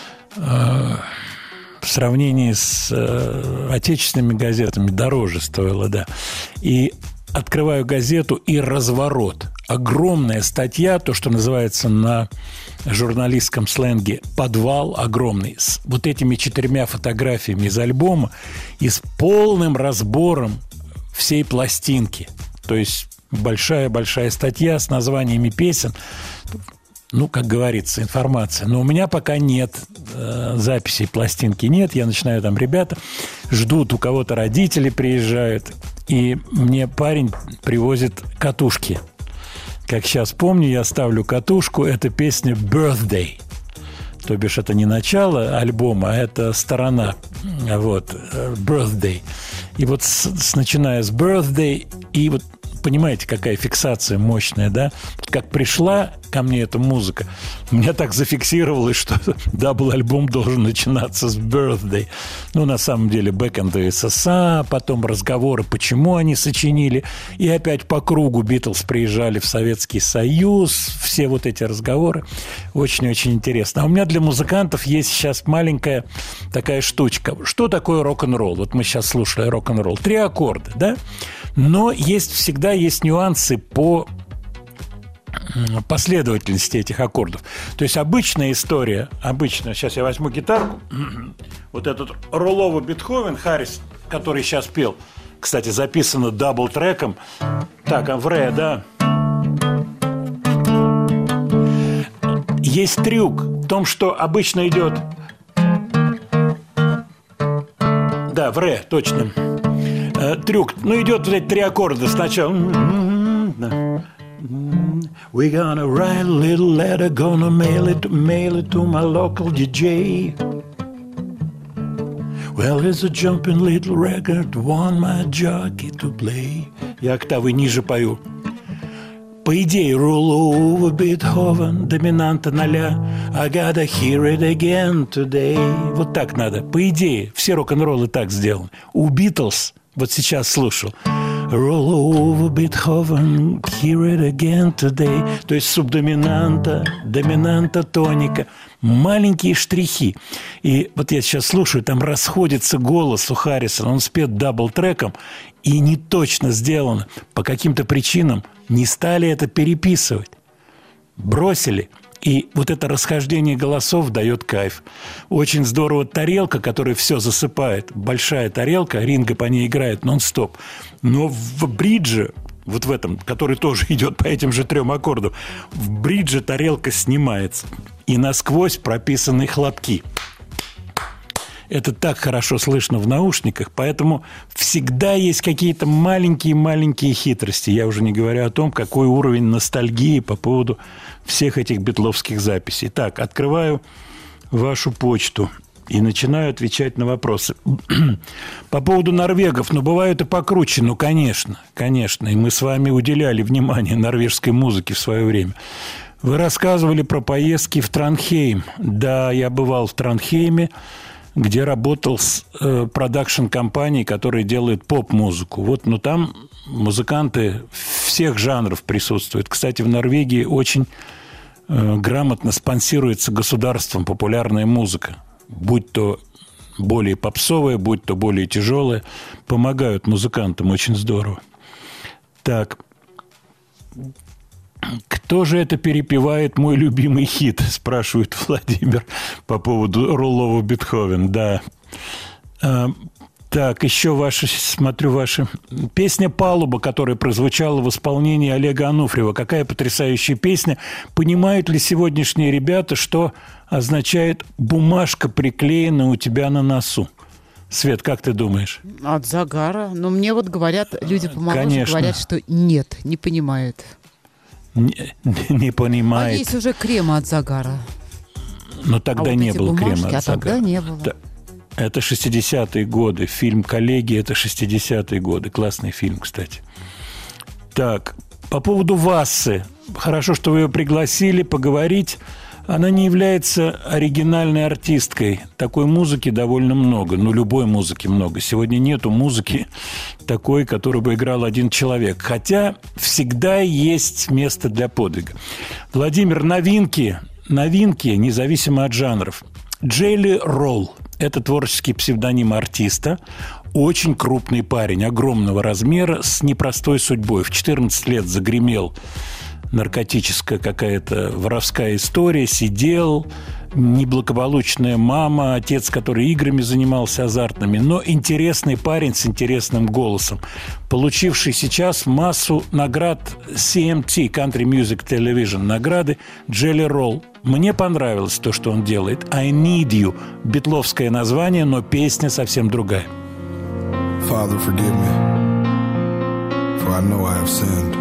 В сравнении с отечественными газетами дороже стоило, да. И открываю газету, и разворот. огромная статья, то, что называется на журналистском сленге «подвал огромный», с вот этими четырьмя фотографиями из альбома и с полным разбором всей пластинки. То есть большая-большая статья с названиями песен. Ну, как говорится, информация. Но у меня пока нет э, записей, пластинки нет. Я начинаю там, ребята ждут, у кого-то родители приезжают. И мне парень привозит катушки. Как сейчас помню, я ставлю катушку. Это песня «Birthday». То бишь, это не начало альбома, а это сторона. Вот, «Birthday». И вот с, с, начиная с «Birthday», и вот понимаете, какая фиксация мощная, да? Как пришла ко мне эта музыка, меня так зафиксировалось, что дабл-альбом должен начинаться с «Birthday». Ну, на самом деле, «Back in the эс эс ар», потом разговоры, почему они сочинили, и опять по кругу Битлз приезжали в Советский Союз, все вот эти разговоры. Очень-очень интересно. А у меня для музыкантов есть сейчас маленькая такая штучка. Что такое рок-н-ролл? Вот мы сейчас слушали рок-н-ролл. Три аккорда, да? Но есть, всегда есть нюансы по последовательности этих аккордов. То есть обычная история, обычная, сейчас я возьму гитарку, вот этот руловый Бетховен Харрис, который сейчас пел, кстати, записано дабл-треком, так, в ре, да. Есть трюк в том, что обычно идет, да, в ре, точно. Трюк. Ну, идет вот эти три аккорда сначала. We're gonna write a little letter, gonna mail it, mail it to my local ди джей. Well, it's a jumping little record, want my jockey to play. Я октавы ниже пою. По идее, roll over Beethoven, доминанта ноля. I gotta hear it again today. Вот так надо. По идее, все рок-н-роллы так сделаны. У Битлз вот сейчас слушал. Roll over Beethoven, hear it again today. То есть субдоминанта, доминанта, тоника. Маленькие штрихи. И вот я сейчас слушаю, там расходится голос у Харрисона. Он спет дабл-треком, и не точно сделано. По каким-то причинам не стали это переписывать. Бросили. И вот это расхождение голосов дает кайф. Очень здорово тарелка, которая все засыпает. Большая тарелка, Ринго по ней играет нон-стоп. Но в бридже, вот в этом, который тоже идет по этим же трем аккордам, в бридже тарелка снимается. И насквозь прописаны хлопки. Это так хорошо слышно в наушниках, поэтому всегда есть какие-то маленькие-маленькие хитрости. Я уже не говорю о том, какой уровень ностальгии по поводу всех этих битловских записей. Так, открываю вашу почту и начинаю отвечать на вопросы. По поводу норвегов, ну, бывают и покруче, ну, конечно, конечно. И мы с вами уделяли внимание норвежской музыке в свое время. Вы рассказывали про поездки в Транхейм. Да, я бывал в Транхейме, где работал с э, продакшн-компанией, которая делает поп-музыку. Вот, ну, там музыканты всех жанров присутствуют. Кстати, в Норвегии очень э, грамотно спонсируется государством популярная музыка. Будь то более попсовая, будь то более тяжелая. Помогают музыкантам, очень здорово. Так. Кто же это перепевает мой любимый хит, спрашивает Владимир по поводу рулового Бетховен. Да. А, так, еще ваши, смотрю, ваши. Песня «Палуба», которая прозвучала в исполнении Олега Ануфриева. Какая потрясающая песня. Понимают ли сегодняшние ребята, что означает «бумажка приклеена у тебя на носу»? Свет, как ты думаешь? От загара. Но мне вот говорят, люди помоложе Конечно. говорят, что нет, не понимают. Не, не понимает. А есть уже крема от загара. Но тогда а не вот было бумажки, крема от а загара. тогда не было. Это шестидесятые годы. Фильм «Коллеги» – это шестидесятые годы. Классный фильм, кстати. Так, по поводу Вассы. Хорошо, что вы ее пригласили поговорить. Она не является оригинальной артисткой. Такой музыки довольно много. Ну, любой музыки много. Сегодня нету музыки такой, которую бы играл один человек. Хотя всегда есть место для подвига. Владимир, новинки, новинки, независимо от жанров. Джелли Ролл – это творческий псевдоним артиста. Очень крупный парень, огромного размера, с непростой судьбой. В четырнадцать лет загремел наркотическая какая-то воровская история, сидел, неблагополучная мама, отец, который играми занимался азартными, но интересный парень с интересным голосом, получивший сейчас массу наград си эм ти, Country Music Television, награды Jelly Roll. Мне понравилось то, что он делает. I Need You, битловское название, но песня совсем другая. Father, forgive me, for I know I have sinned.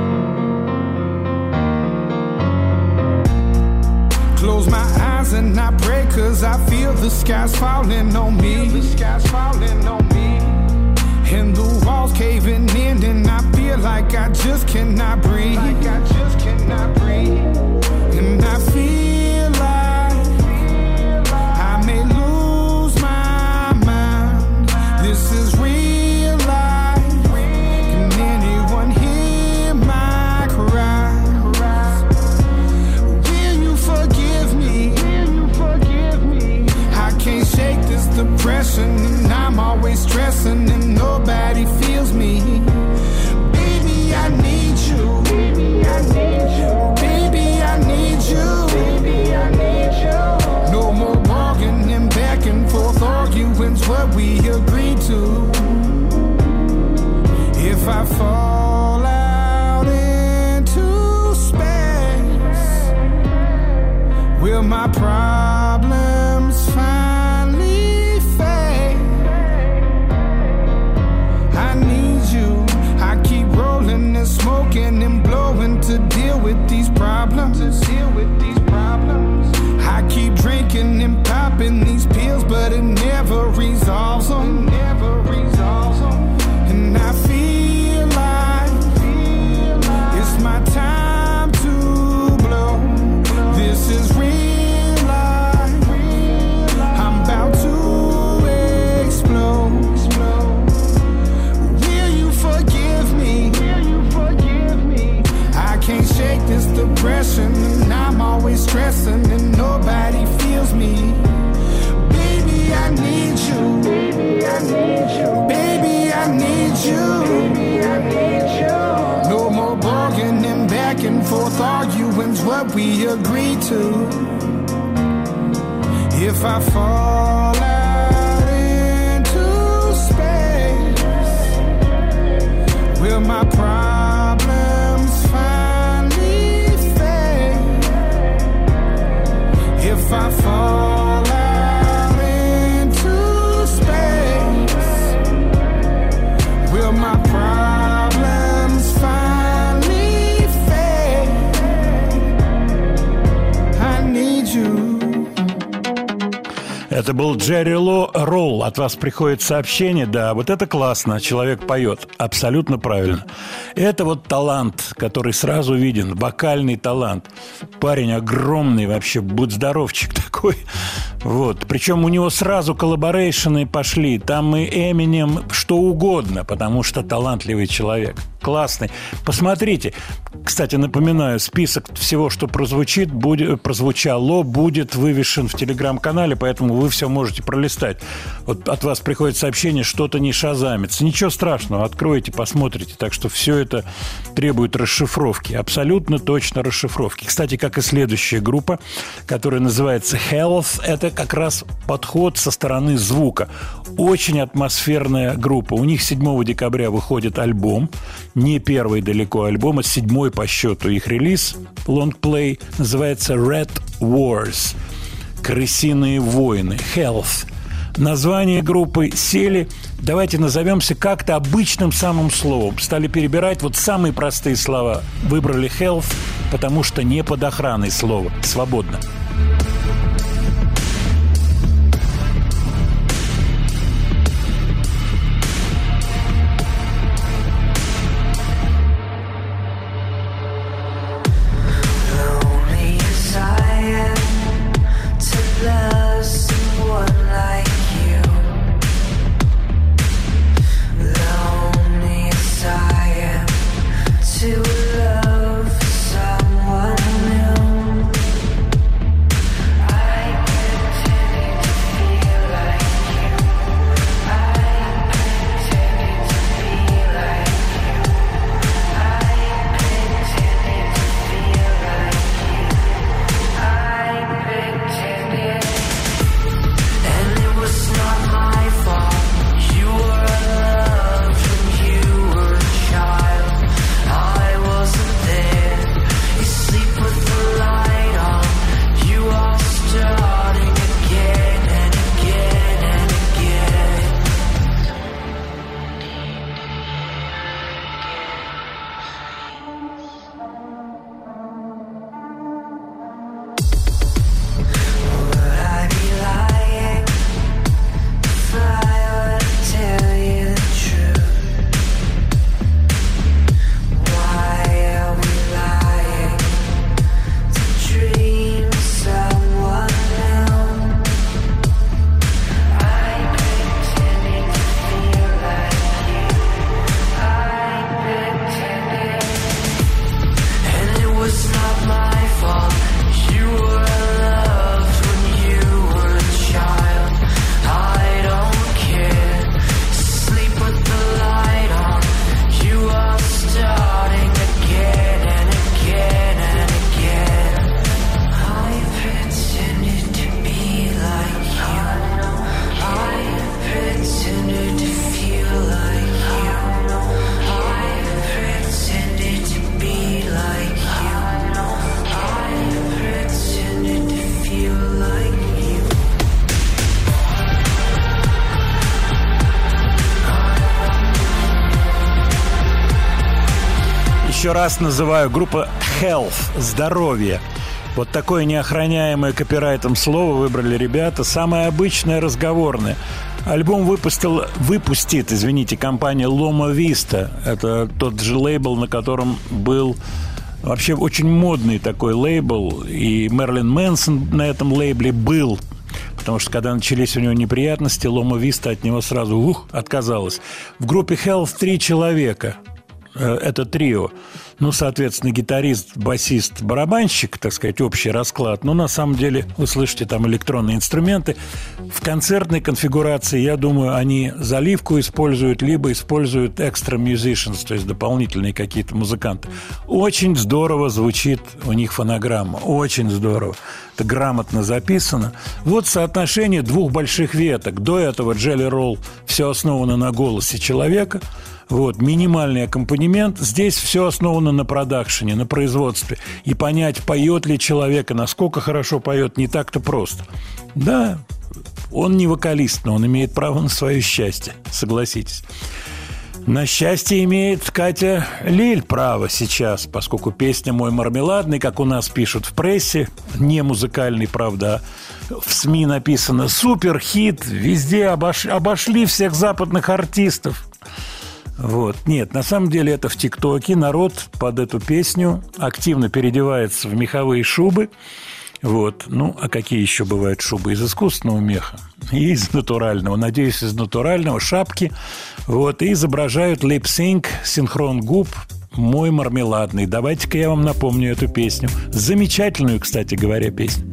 Close my eyes and I pray, cause I feel the sky's falling on me. The sky's falling on me. And the walls caving in and I feel like I just cannot breathe. Like I just cannot breathe. And I feel like I may lose my mind. This is real life. Can anyone hear my cries? Will you forgive me? Will you forgive me? I can't shake this depression and I'm always stressing and nobody feels me. Baby, I need you. Baby, I need you. Baby, I need you. Baby, I need you. No more walking and back and forth arguing's what we agreed to. If I fall out into space, will my problems finally fade? I need you. I keep rolling and smoking and blowing to deal with these problems. To deal with these problems. I keep drinking and popping these pills, but it never resolves them. It never resolves them. And I feel like it's my time to blow. This is real life. I'm about to explode. Will you forgive me? Will you forgive me? I can't shake this depression and I'm always stressing and nobody feels me. Baby, I need you. Baby, I need you. Baby, I need you. Baby, I need you. No more bargaining and back and forth arguing's what we agreed to. If I fall out into space, will my problems finally fade? If I fall out into space, will my problems finally fade? I need you. Это был Джерри Ло Ролл. От вас приходит сообщение. Да, вот это классно. Человек поет. Абсолютно правильно. Это вот талант, который сразу виден. Вокальный талант. Парень огромный вообще. Будь здоровчик такой. Вот. Причем у него сразу коллаборейшены пошли. Там и Эминем, что угодно. Потому что талантливый человек. Классный. Посмотрите. Кстати, напоминаю, список всего, что прозвучит, будет, прозвучало, будет вывешен в телеграм-канале, поэтому вы все можете пролистать. Вот от вас приходит сообщение, что-то не шазамится. Ничего страшного, откроете, посмотрите. Так что все это требует расшифровки. Абсолютно точно расшифровки. Кстати, как и следующая группа, которая называется Health, это как раз подход со стороны звука. Очень атмосферная группа. У них седьмого декабря выходит альбом. Не первый далеко альбом, а седьмой по счету их релиз. Лонгплей называется Red Wars. Крысиные войны. Health. Название группы сели. Давайте назовемся как-то обычным самым словом. Стали перебирать вот самые простые слова. Выбрали health, потому что не под охраной слово. Свободно. To love someone new. еще раз называю. Группа Health, здоровье. Вот такое неохраняемое копирайтом слово выбрали ребята. Самое обычное, разговорное. Альбом выпустил, выпустит, извините, компания Loma Vista. Это тот же лейбл, на котором был вообще очень модный такой лейбл. И Мерлин Мэнсон на этом лейбле был. Потому что, когда начались у него неприятности, Loma Vista от него сразу ух, отказалась. В группе Health три человека. Это трио. Ну, соответственно, гитарист, басист, барабанщик, так сказать, общий расклад. Но на самом деле вы слышите там электронные инструменты. В концертной конфигурации, я думаю, они заливку используют, либо используют extra musicians, то есть дополнительные какие-то музыканты. Очень здорово звучит у них фонограмма. Очень здорово. Это грамотно записано. Вот соотношение двух больших веток. До этого Jelly Roll все основано на голосе человека. Вот, минимальный аккомпанемент. Здесь все основано на продакшене, на производстве. И понять, поет ли человек, и насколько хорошо поет, не так-то просто. Да, он не вокалист, но он имеет право на свое счастье, согласитесь. На счастье имеет Катя Лель право сейчас, поскольку песня «Мой мармеладный», как у нас пишут в прессе, не музыкальный, правда, в СМИ написано «супер-хит», везде обош... обошли всех западных артистов. Вот. Нет, на самом деле это в ТикТоке. Народ под эту песню активно переодевается в меховые шубы. Вот. Ну, а какие еще бывают шубы? Из искусственного меха и из натурального. Надеюсь, из натурального. Шапки. Вот. И изображают лип-синк, синхрон губ «Мой мармеладный». Давайте-ка я вам напомню эту песню. Замечательную, кстати говоря, песню.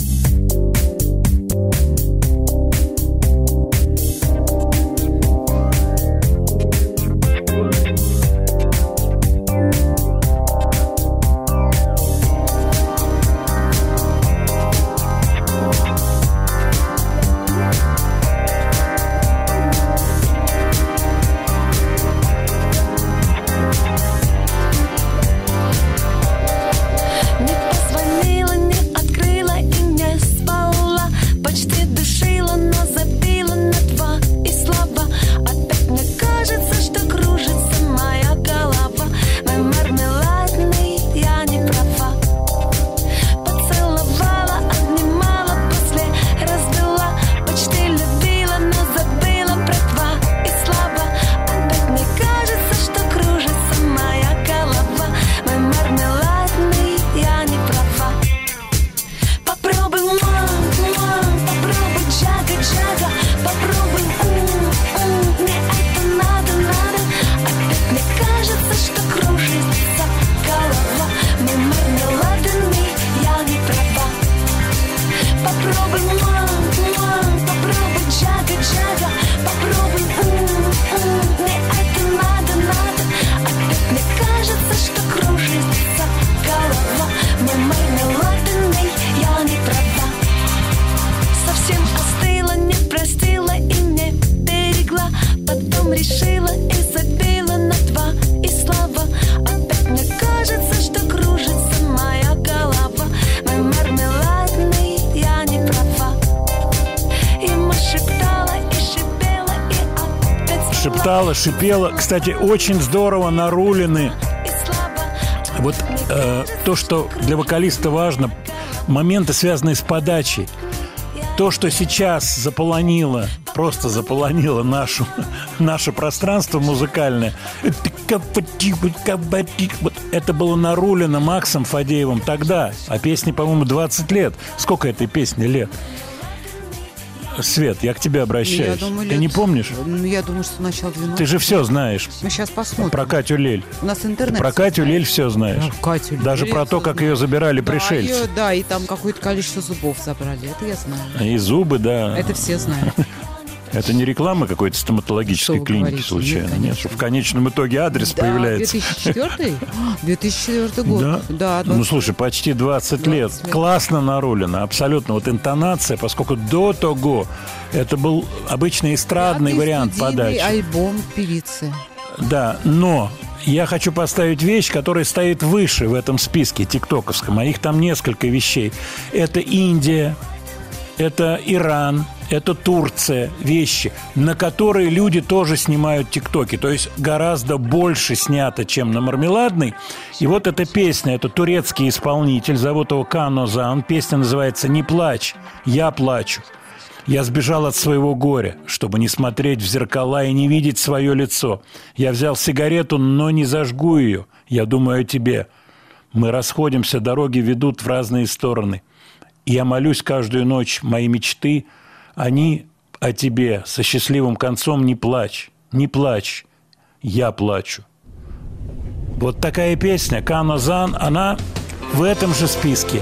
Шептала, шипела. Кстати, очень здорово нарулены. Вот э, то, что для вокалиста важно, моменты, связанные с подачей. То, что сейчас заполонило, просто заполонило нашу, наше пространство музыкальное, это было нарулено Максом Фадеевым тогда. А песне, по-моему, двадцать лет. Сколько этой песни лет? Свет, я к тебе обращаюсь. Думаю, Ты лет... не помнишь? Ну, я думаю, что начало двенадцатого. Ты же все знаешь. Мы сейчас посмотрим. Про Катю Лель. У нас интернет. Ты про Катю Лель все знаешь. Да, Катю Лель. Даже про то, как знаю. Ее забирали да, пришельцы. Ее, да, и там какое-то количество зубов забрали. Это я знаю. И зубы, да. Это все знают. Это не реклама какой-то стоматологической клиники говорите? Случайно? Нет, Нет, что в конечном итоге адрес да, появляется. две тысячи четвёртый? две тысячи четвёртый год. Да? Да, ну, слушай, почти двадцать, двадцать лет. лет. Классно нарулено, абсолютно. Вот интонация, поскольку до того это был обычный эстрадный Пятый вариант подачи. Альбом певицы. Да, но я хочу поставить вещь, которая стоит выше в этом списке тиктоковском, а их там несколько вещей. Это Индия. это Иран, это Турция, вещи, на которые люди тоже снимают тиктоки. То есть гораздо больше снято, чем на Мармеладной. И вот эта песня, это турецкий исполнитель, зовут его Kaan Ozan. Песня называется «Не плачь, я плачу». Я сбежал от своего горя, чтобы не смотреть в зеркала и не видеть свое лицо. Я взял сигарету, но не зажгу ее. Я думаю о тебе. Мы расходимся, дороги ведут в разные стороны. Я молюсь каждую ночь, мои мечты, они о тебе со счастливым концом. Не плачь, не плачь, я плачу. Вот такая песня Kaan Ozan, она в этом же списке.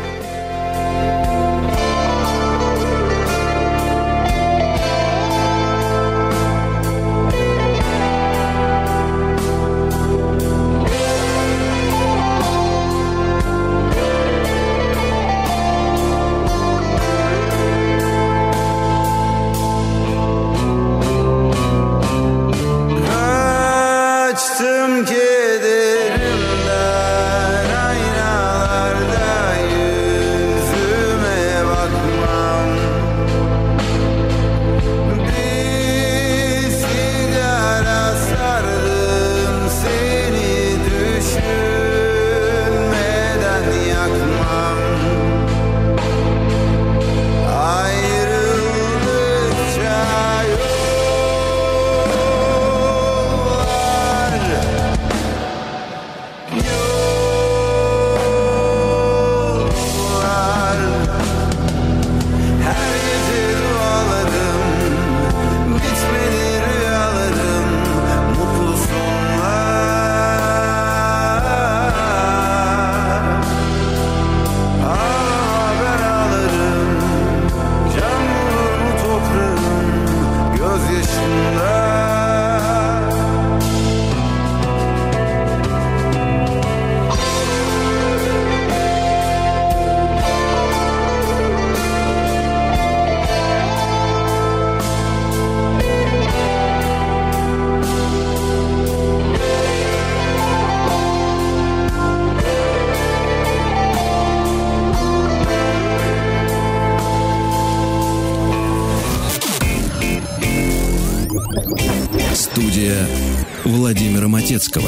Kaçtım kederimden, aynalarda yüzüme bakmam. Bir sigara sardım, seni düşünmeden yakmam. Ayrıldıkça her gece dualarım, bitmedi rüyalarım, mutlu sonlar. Ağlama ben ağlarım, can bulur mu toprağım gözyaşımda. Студия Владимира Матецкого.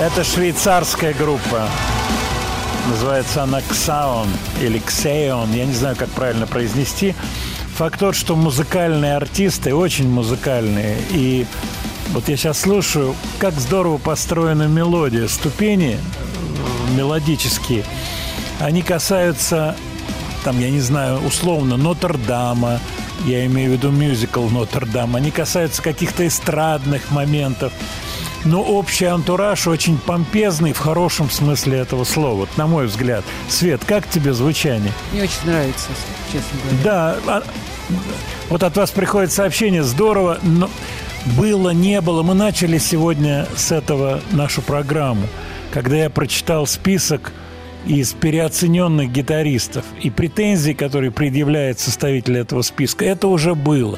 Это швейцарская группа. Называется она Xaon или Xeon. Я не знаю, как правильно произнести. Факт тот, что музыкальные артисты, очень музыкальные. И вот я сейчас слушаю, как здорово построена мелодия. Ступени мелодические, они касаются, там, я не знаю, условно, Нотр-Дама. Я имею в виду мюзикл Нотр-Дам. Они касаются каких-то эстрадных моментов. Но общий антураж очень помпезный в хорошем смысле этого слова, вот, на мой взгляд. Свет, как тебе звучание? Мне очень нравится, честно говоря. Да, а, вот от вас приходит сообщение, здорово, но было, не было. Мы начали сегодня с этого нашу программу, когда я прочитал список из переоцененных гитаристов и претензий, которые предъявляет составитель этого списка. Это уже было.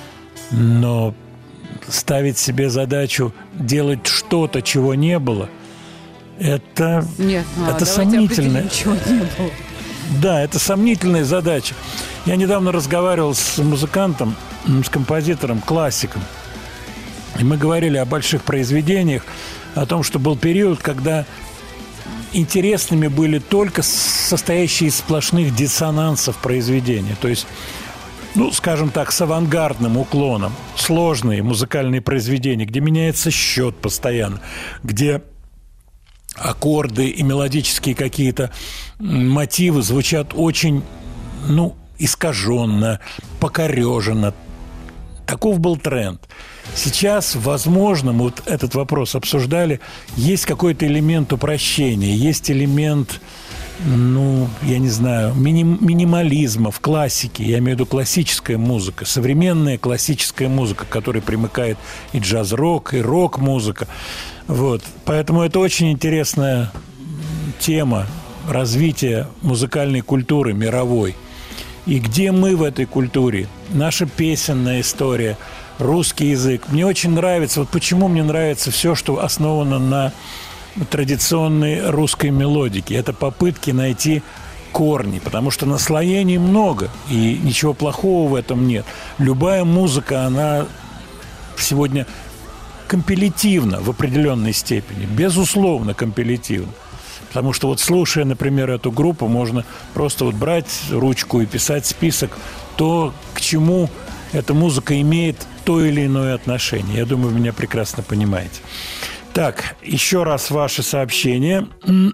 Но ставить себе задачу делать что-то, чего не было, это, Нет, ну, это а сомнительно. Чего не было. Да, это сомнительная задача. Я недавно разговаривал с музыкантом, с композитором, классиком. И мы говорили о больших произведениях, о том, что был период, когда интересными были только состоящие из сплошных диссонансов произведения. То есть, ну, скажем так, с авангардным уклоном. Сложные музыкальные произведения, где меняется счет постоянно, где аккорды и мелодические какие-то мотивы звучат очень, ну, искаженно, покореженно. Таков был тренд. Сейчас, возможно, мы вот этот вопрос обсуждали, есть какой-то элемент упрощения, есть элемент, ну, я не знаю, миним, минимализма в классике. Я имею в виду классическая музыка, современная классическая музыка, к которой примыкает и джаз-рок, и рок-музыка. Вот. Поэтому это очень интересная тема развития музыкальной культуры мировой. И где мы в этой культуре? Наша песенная история, русский язык. Мне очень нравится, вот почему мне нравится все, что основано на традиционной русской мелодике. Это попытки найти корни, потому что наслоений много, и ничего плохого в этом нет. Любая музыка, она сегодня компилятивна в определенной степени, безусловно компилятивна. Потому что вот слушая, например, эту группу, можно просто вот брать ручку и писать список, то, к чему эта музыка имеет то или иное отношение. Я думаю, вы меня прекрасно понимаете. Так, еще раз ваше сообщение.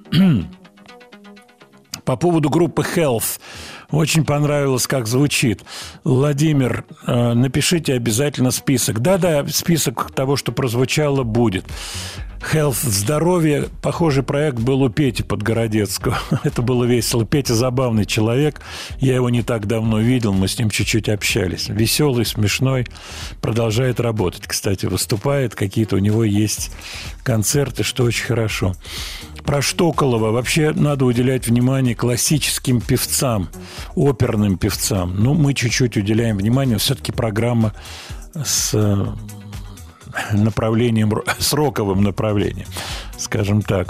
По поводу группы Health. Очень понравилось, как звучит. Владимир, напишите обязательно список. Да-да, список того, что прозвучало, будет. Health, здоровье. Похожий проект был у Пети Подгородецкого. Это было весело. Петя забавный человек. Я его не так давно видел. Мы с ним чуть-чуть общались. Веселый, смешной. Продолжает работать. Кстати, выступает. Какие-то у него есть концерты, что очень хорошо. Про Штоколова. Вообще надо уделять внимание классическим певцам, оперным певцам. Ну, мы чуть-чуть уделяем внимание. Все-таки программа с направлением, с роковым направлением, скажем так.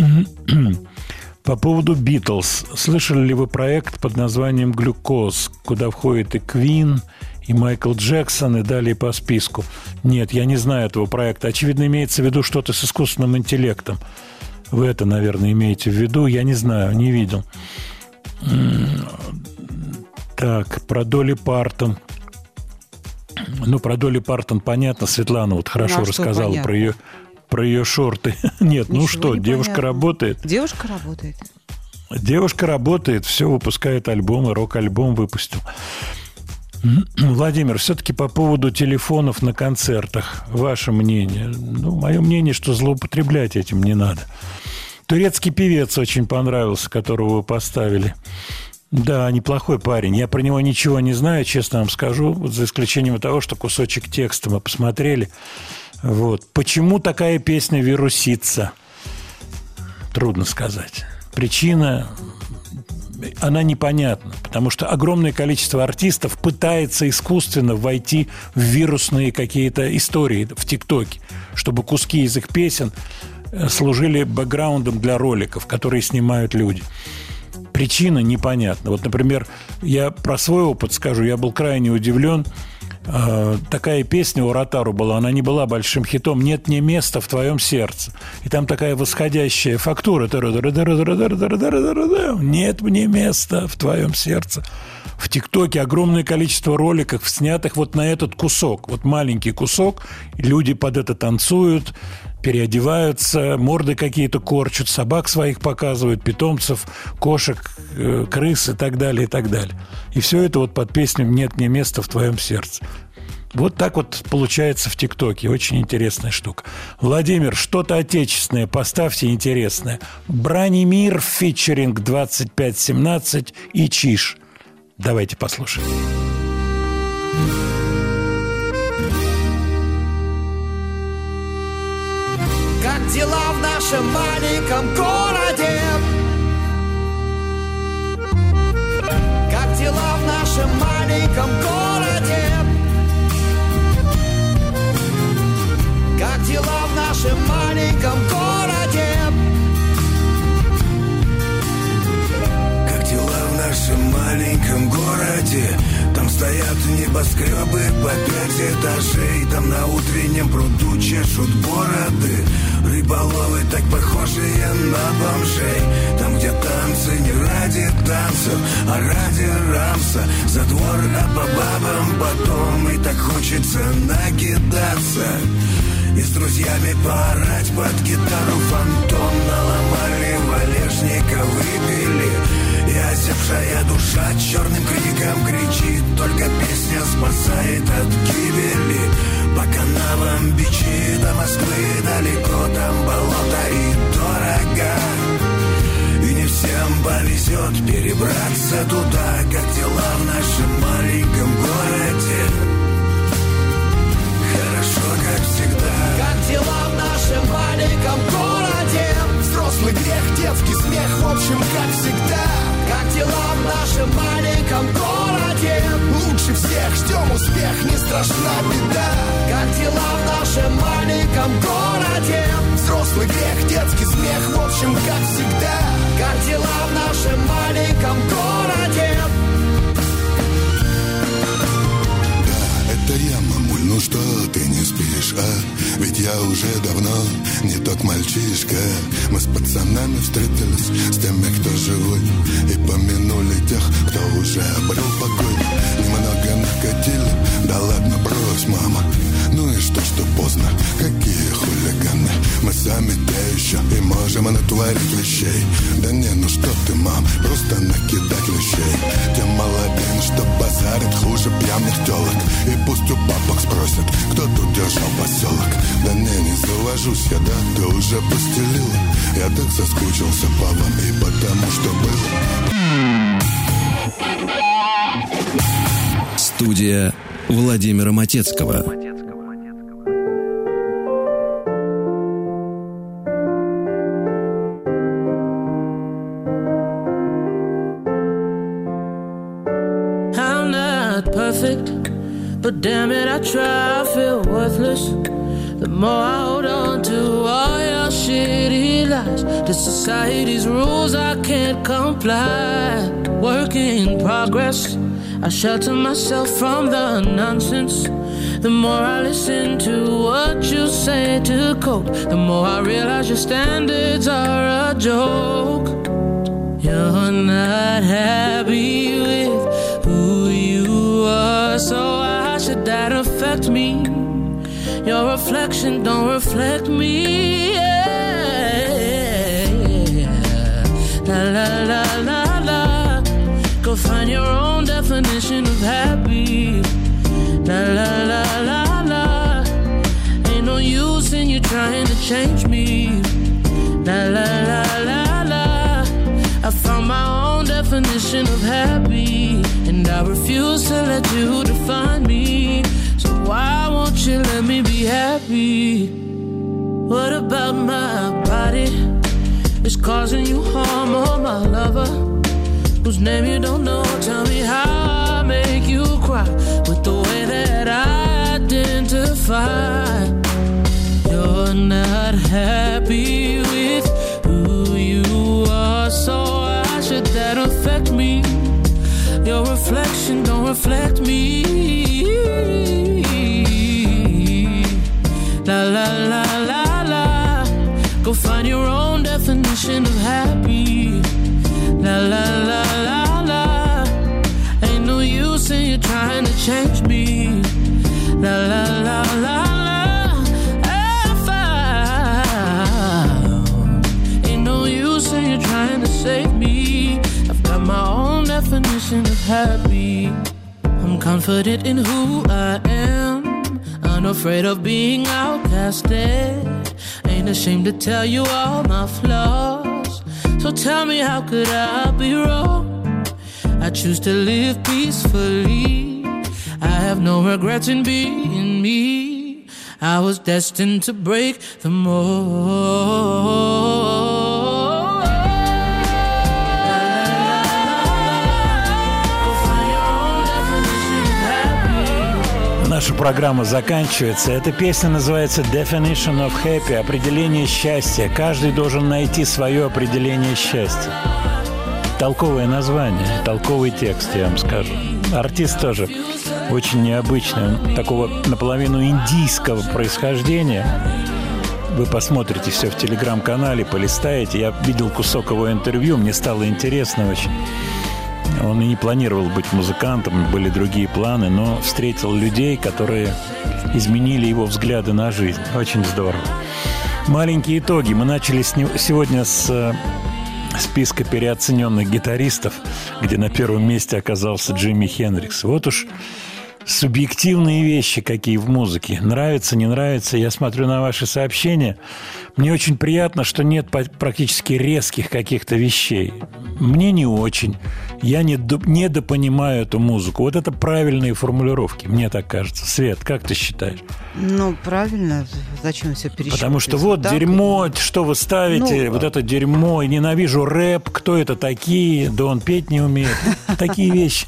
По поводу Битлз. Слышали ли вы проект под названием «Глюкоз», куда входит и Квин, и Майкл Джексон, и далее по списку? Нет, я не знаю этого проекта. Очевидно, имеется в виду что-то с искусственным интеллектом. Вы это, наверное, имеете в виду. Я не знаю, не видел. Так, про Долли Партон. Ну, про Долли Партон понятно. Светлана вот хорошо ну, а рассказала про ее, про ее шорты. Нет, Ничего ну что, девушка понятно. работает. Девушка работает. Девушка работает, все, выпускает альбомы, рок-альбом выпустил. Владимир, все-таки по поводу телефонов на концертах. Ваше мнение? Ну, мое мнение, что злоупотреблять этим не надо. Турецкий певец очень понравился, которого вы поставили. Да, неплохой парень. Я про него ничего не знаю, честно вам скажу, вот за исключением того, что кусочек текста мы посмотрели. Вот. Почему такая песня вирусится? Трудно сказать. Причина, она непонятна, потому что огромное количество артистов пытается искусственно войти в вирусные какие-то истории в ТикТоке, чтобы куски из их песен служили бэкграундом для роликов, которые снимают люди. Причина непонятна. Вот, например, я про свой опыт скажу. Я был крайне удивлен. Такая песня у Ротару была, она не была большим хитом. «Нет мне места в твоем сердце». И там такая восходящая фактура. «Нет мне места в твоем сердце». В ТикТоке огромное количество роликов, снятых вот на этот кусок. Вот маленький кусок. Люди под это танцуют, переодеваются, морды какие-то корчат, собак своих показывают, питомцев, кошек, крыс и так далее, и так далее. И все это вот под песню «Нет мне места в твоем сердце». Вот так вот получается в ТикТоке. Очень интересная штука. Владимир, что-то отечественное поставьте интересное. Бранимир, фичеринг двадцать пять семнадцать и Чиж. Давайте послушаем. Как дела в нашем маленьком городе? Как дела в нашем маленьком городе? Как дела в нашем маленьком городе? Как дела в нашем маленьком городе? Там стоят небоскребы по пять этажей. Там на утреннем пруду чешут бороды рыболовы, так похожие на бомжей. Там, где танцы не ради танцев, а ради рамса. За двор, а по бабам потом. И так хочется накидаться и с друзьями поорать под гитару фантом. Наломали валежника, выпили, и осевшая душа черным криком кричит. Только песня спасает от гибели. По канавам бичи до Москвы далеко, там болото и дорого. И не всем повезет перебраться туда. Как дела в нашем маленьком городе? Хорошо, как всегда. Как дела в нашем маленьком городе? Взрослый грех, детский смех, в общем, как всегда. Как дела в нашем маленьком городе? Лучше всех ждем успех, не страшна беда. Как дела в нашем маленьком городе? Взрослый грех, детский смех, в общем, как всегда. Как дела в нашем маленьком городе? Это я, мамуль, ну что ты не спишь, а? Ведь я уже давно не тот мальчишка. Мы с пацанами встретились, с теми, кто живой, и помянули тех, кто уже обрел покой. Немного накатили, да ладно, брось, мама. Ну и что, что поздно, какие хулиганы. Мы сами те еще и можем натворить вещей. Да не, ну что ты, мам, просто накидать лещей. Тем молодым, что базарит хуже пьяных телок. И пусть у бабок спросят, кто тут держал поселок. Да не, не завожусь я, да, ты уже постелила. Я так соскучился по вам и потому, что было. Студия Владимира Матецкого. But damn it, I try, I feel worthless. The more I hold on to all your shitty lies, to society's rules I can't comply. Work in progress, I shelter myself from the nonsense. The more I listen to what you say to cope, the more I realize your standards are a joke. You're not happy with who you are, so I should that affect me? Your reflection don't reflect me. Yeah. La la la la la. Go find your own definition of happy. La la la la la. Ain't no use in you trying to change me. La la la la la. I found my own definition of happy, and I refuse to let you define me. So why won't you let me be happy? What about my body? It's causing you harm, or my lover, whose name you don't know. Tell me how I make you cry with the way that I identify. You're not happy with who you are, so why should that affect me? Your reflection don't reflect me. la la la la. Go find your own definition of happy. La la la la la. Ain't no use in you trying to change me. La la la la la. I found ain't no use in you trying to save me. I've got my own definition of happy. I'm confident in who I am, unafraid of being outcasted. Ain't ashamed to tell you all my flaws. So tell me, how could I be wrong? I choose to live peacefully. I have no regrets in being me. I was destined to break the mold. Наша программа заканчивается. Эта песня называется Definition of Happy, определение счастья. Каждый должен найти свое определение счастья. Толковое название, толковый текст, я вам скажу. Артист тоже очень необычный, он такого наполовину индийского происхождения. Вы посмотрите все в телеграм-канале, полистаете. Я видел кусок его интервью, мне стало интересно очень. Он и не планировал быть музыкантом, были другие планы, но встретил людей, которые изменили его взгляды на жизнь. Очень здорово. Маленькие итоги. Мы начали с не... сегодня с списка переоцененных гитаристов, где на первом месте оказался Джимми Хендрикс. Вот уж субъективные вещи какие в музыке. Нравится, не нравится. Я смотрю на ваши сообщения. Мне очень приятно, что нет практически резких каких-то вещей. Мне не очень. Я недопонимаю эту музыку. Вот это правильные формулировки, мне так кажется. Свет, как ты считаешь? Ну, правильно. Зачем все пересчитывать? Потому что вот так, дерьмо, и... что вы ставите, ну, вот это дерьмо. И ненавижу рэп, кто это такие, да он петь не умеет. Такие вещи.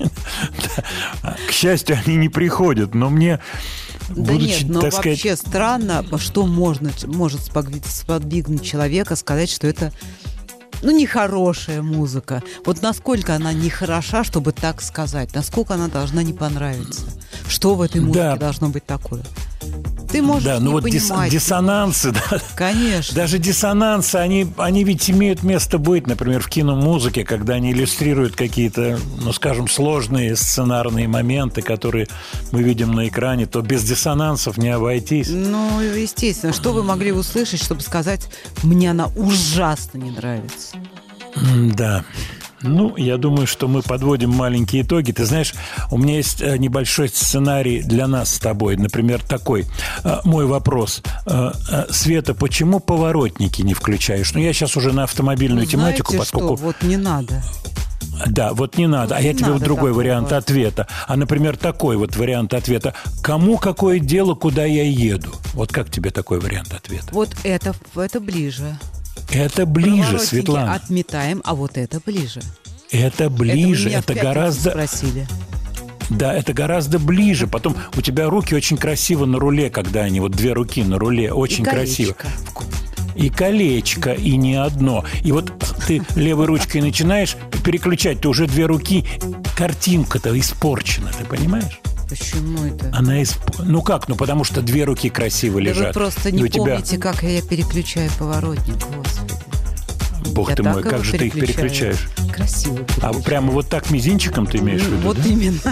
К счастью, они не приходят, но мне... Да Будучи, нет, но вообще сказать... странно, что можно, может сподвигнуть человека сказать, что это, ну, нехорошая музыка. Вот насколько она нехороша, чтобы так сказать? Насколько она должна не понравиться? Что в этой музыке да. должно быть такое? Ты можешь да, ну не вот понимать. Диссонансы, да. Конечно. Даже диссонансы, они, они ведь имеют место быть, например, в киномузыке, когда они иллюстрируют какие-то, ну, скажем, сложные сценарные моменты, которые мы видим на экране, то без диссонансов не обойтись. Ну, естественно. Что вы могли услышать, чтобы сказать, мне она ужасно не нравится? Да. Ну, я думаю, что мы подводим маленькие итоги. Ты знаешь, у меня есть небольшой сценарий для нас с тобой. Например, такой. Мой вопрос. Света, почему поворотники не включаешь? Ну, я сейчас уже на автомобильную ну, тематику, знаете поскольку... что? Вот не надо. Да, вот не надо. Вот а не я тебе вот другой такого. Вариант ответа. А, например, такой вот вариант ответа. Кому какое дело, куда я еду? Вот как тебе такой вариант ответа? Вот это, это ближе. Это ближе, Светлана. Отметаем, а вот это ближе. Это ближе, это, это гораздо... Спросили. Да, это гораздо ближе. Потом у тебя руки очень красиво на руле, когда они, вот две руки на руле, очень и красиво. И колечко, и не одно. И вот ты левой ручкой начинаешь переключать, ты уже две руки, картинка-то испорчена, ты понимаешь? Почему это? Она исп... Ну как? Ну потому что две руки красиво лежат. Да вы просто не тебя... помните, как я переключаю поворотник, Господи. Бог я ты мой, как же ты их переключаешь? Красиво переключаю. А прямо вот так мизинчиком ты имеешь в виду? Вот да? именно.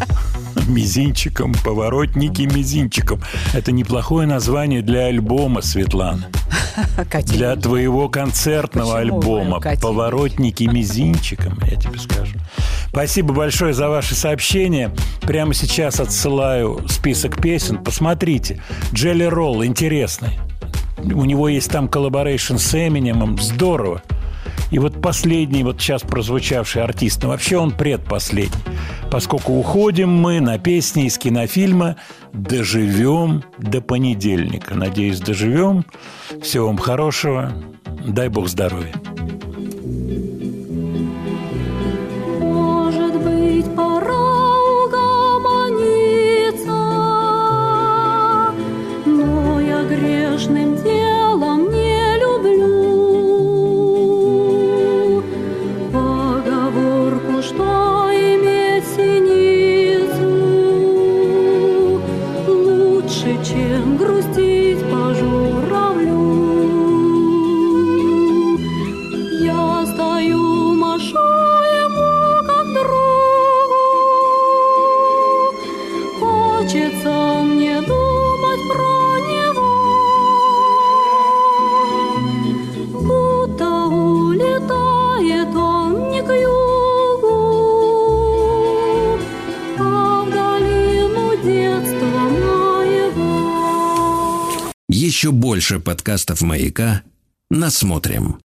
Мизинчиком, поворотники мизинчиком. Это неплохое название для альбома, Светлана. Катя. Для твоего концертного Почему альбома. Поворотники мизинчиком, я тебе скажу. Спасибо большое за ваши сообщения. Прямо сейчас отсылаю список песен. Посмотрите. Jelly Roll интересный. У него есть там коллаборейшн с Эминемом. Здорово. И вот последний, вот сейчас прозвучавший артист, ну вообще он предпоследний. Поскольку уходим мы на песни из кинофильма «Доживем до понедельника». Надеюсь, доживем. Всего вам хорошего. Дай Бог здоровья. Может быть, пора угомониться, но я грешным делом не люблю поговорку, что иметь синицу лучше, чем грустить по жизни. еще больше подкастов «Маяка» насмотрим.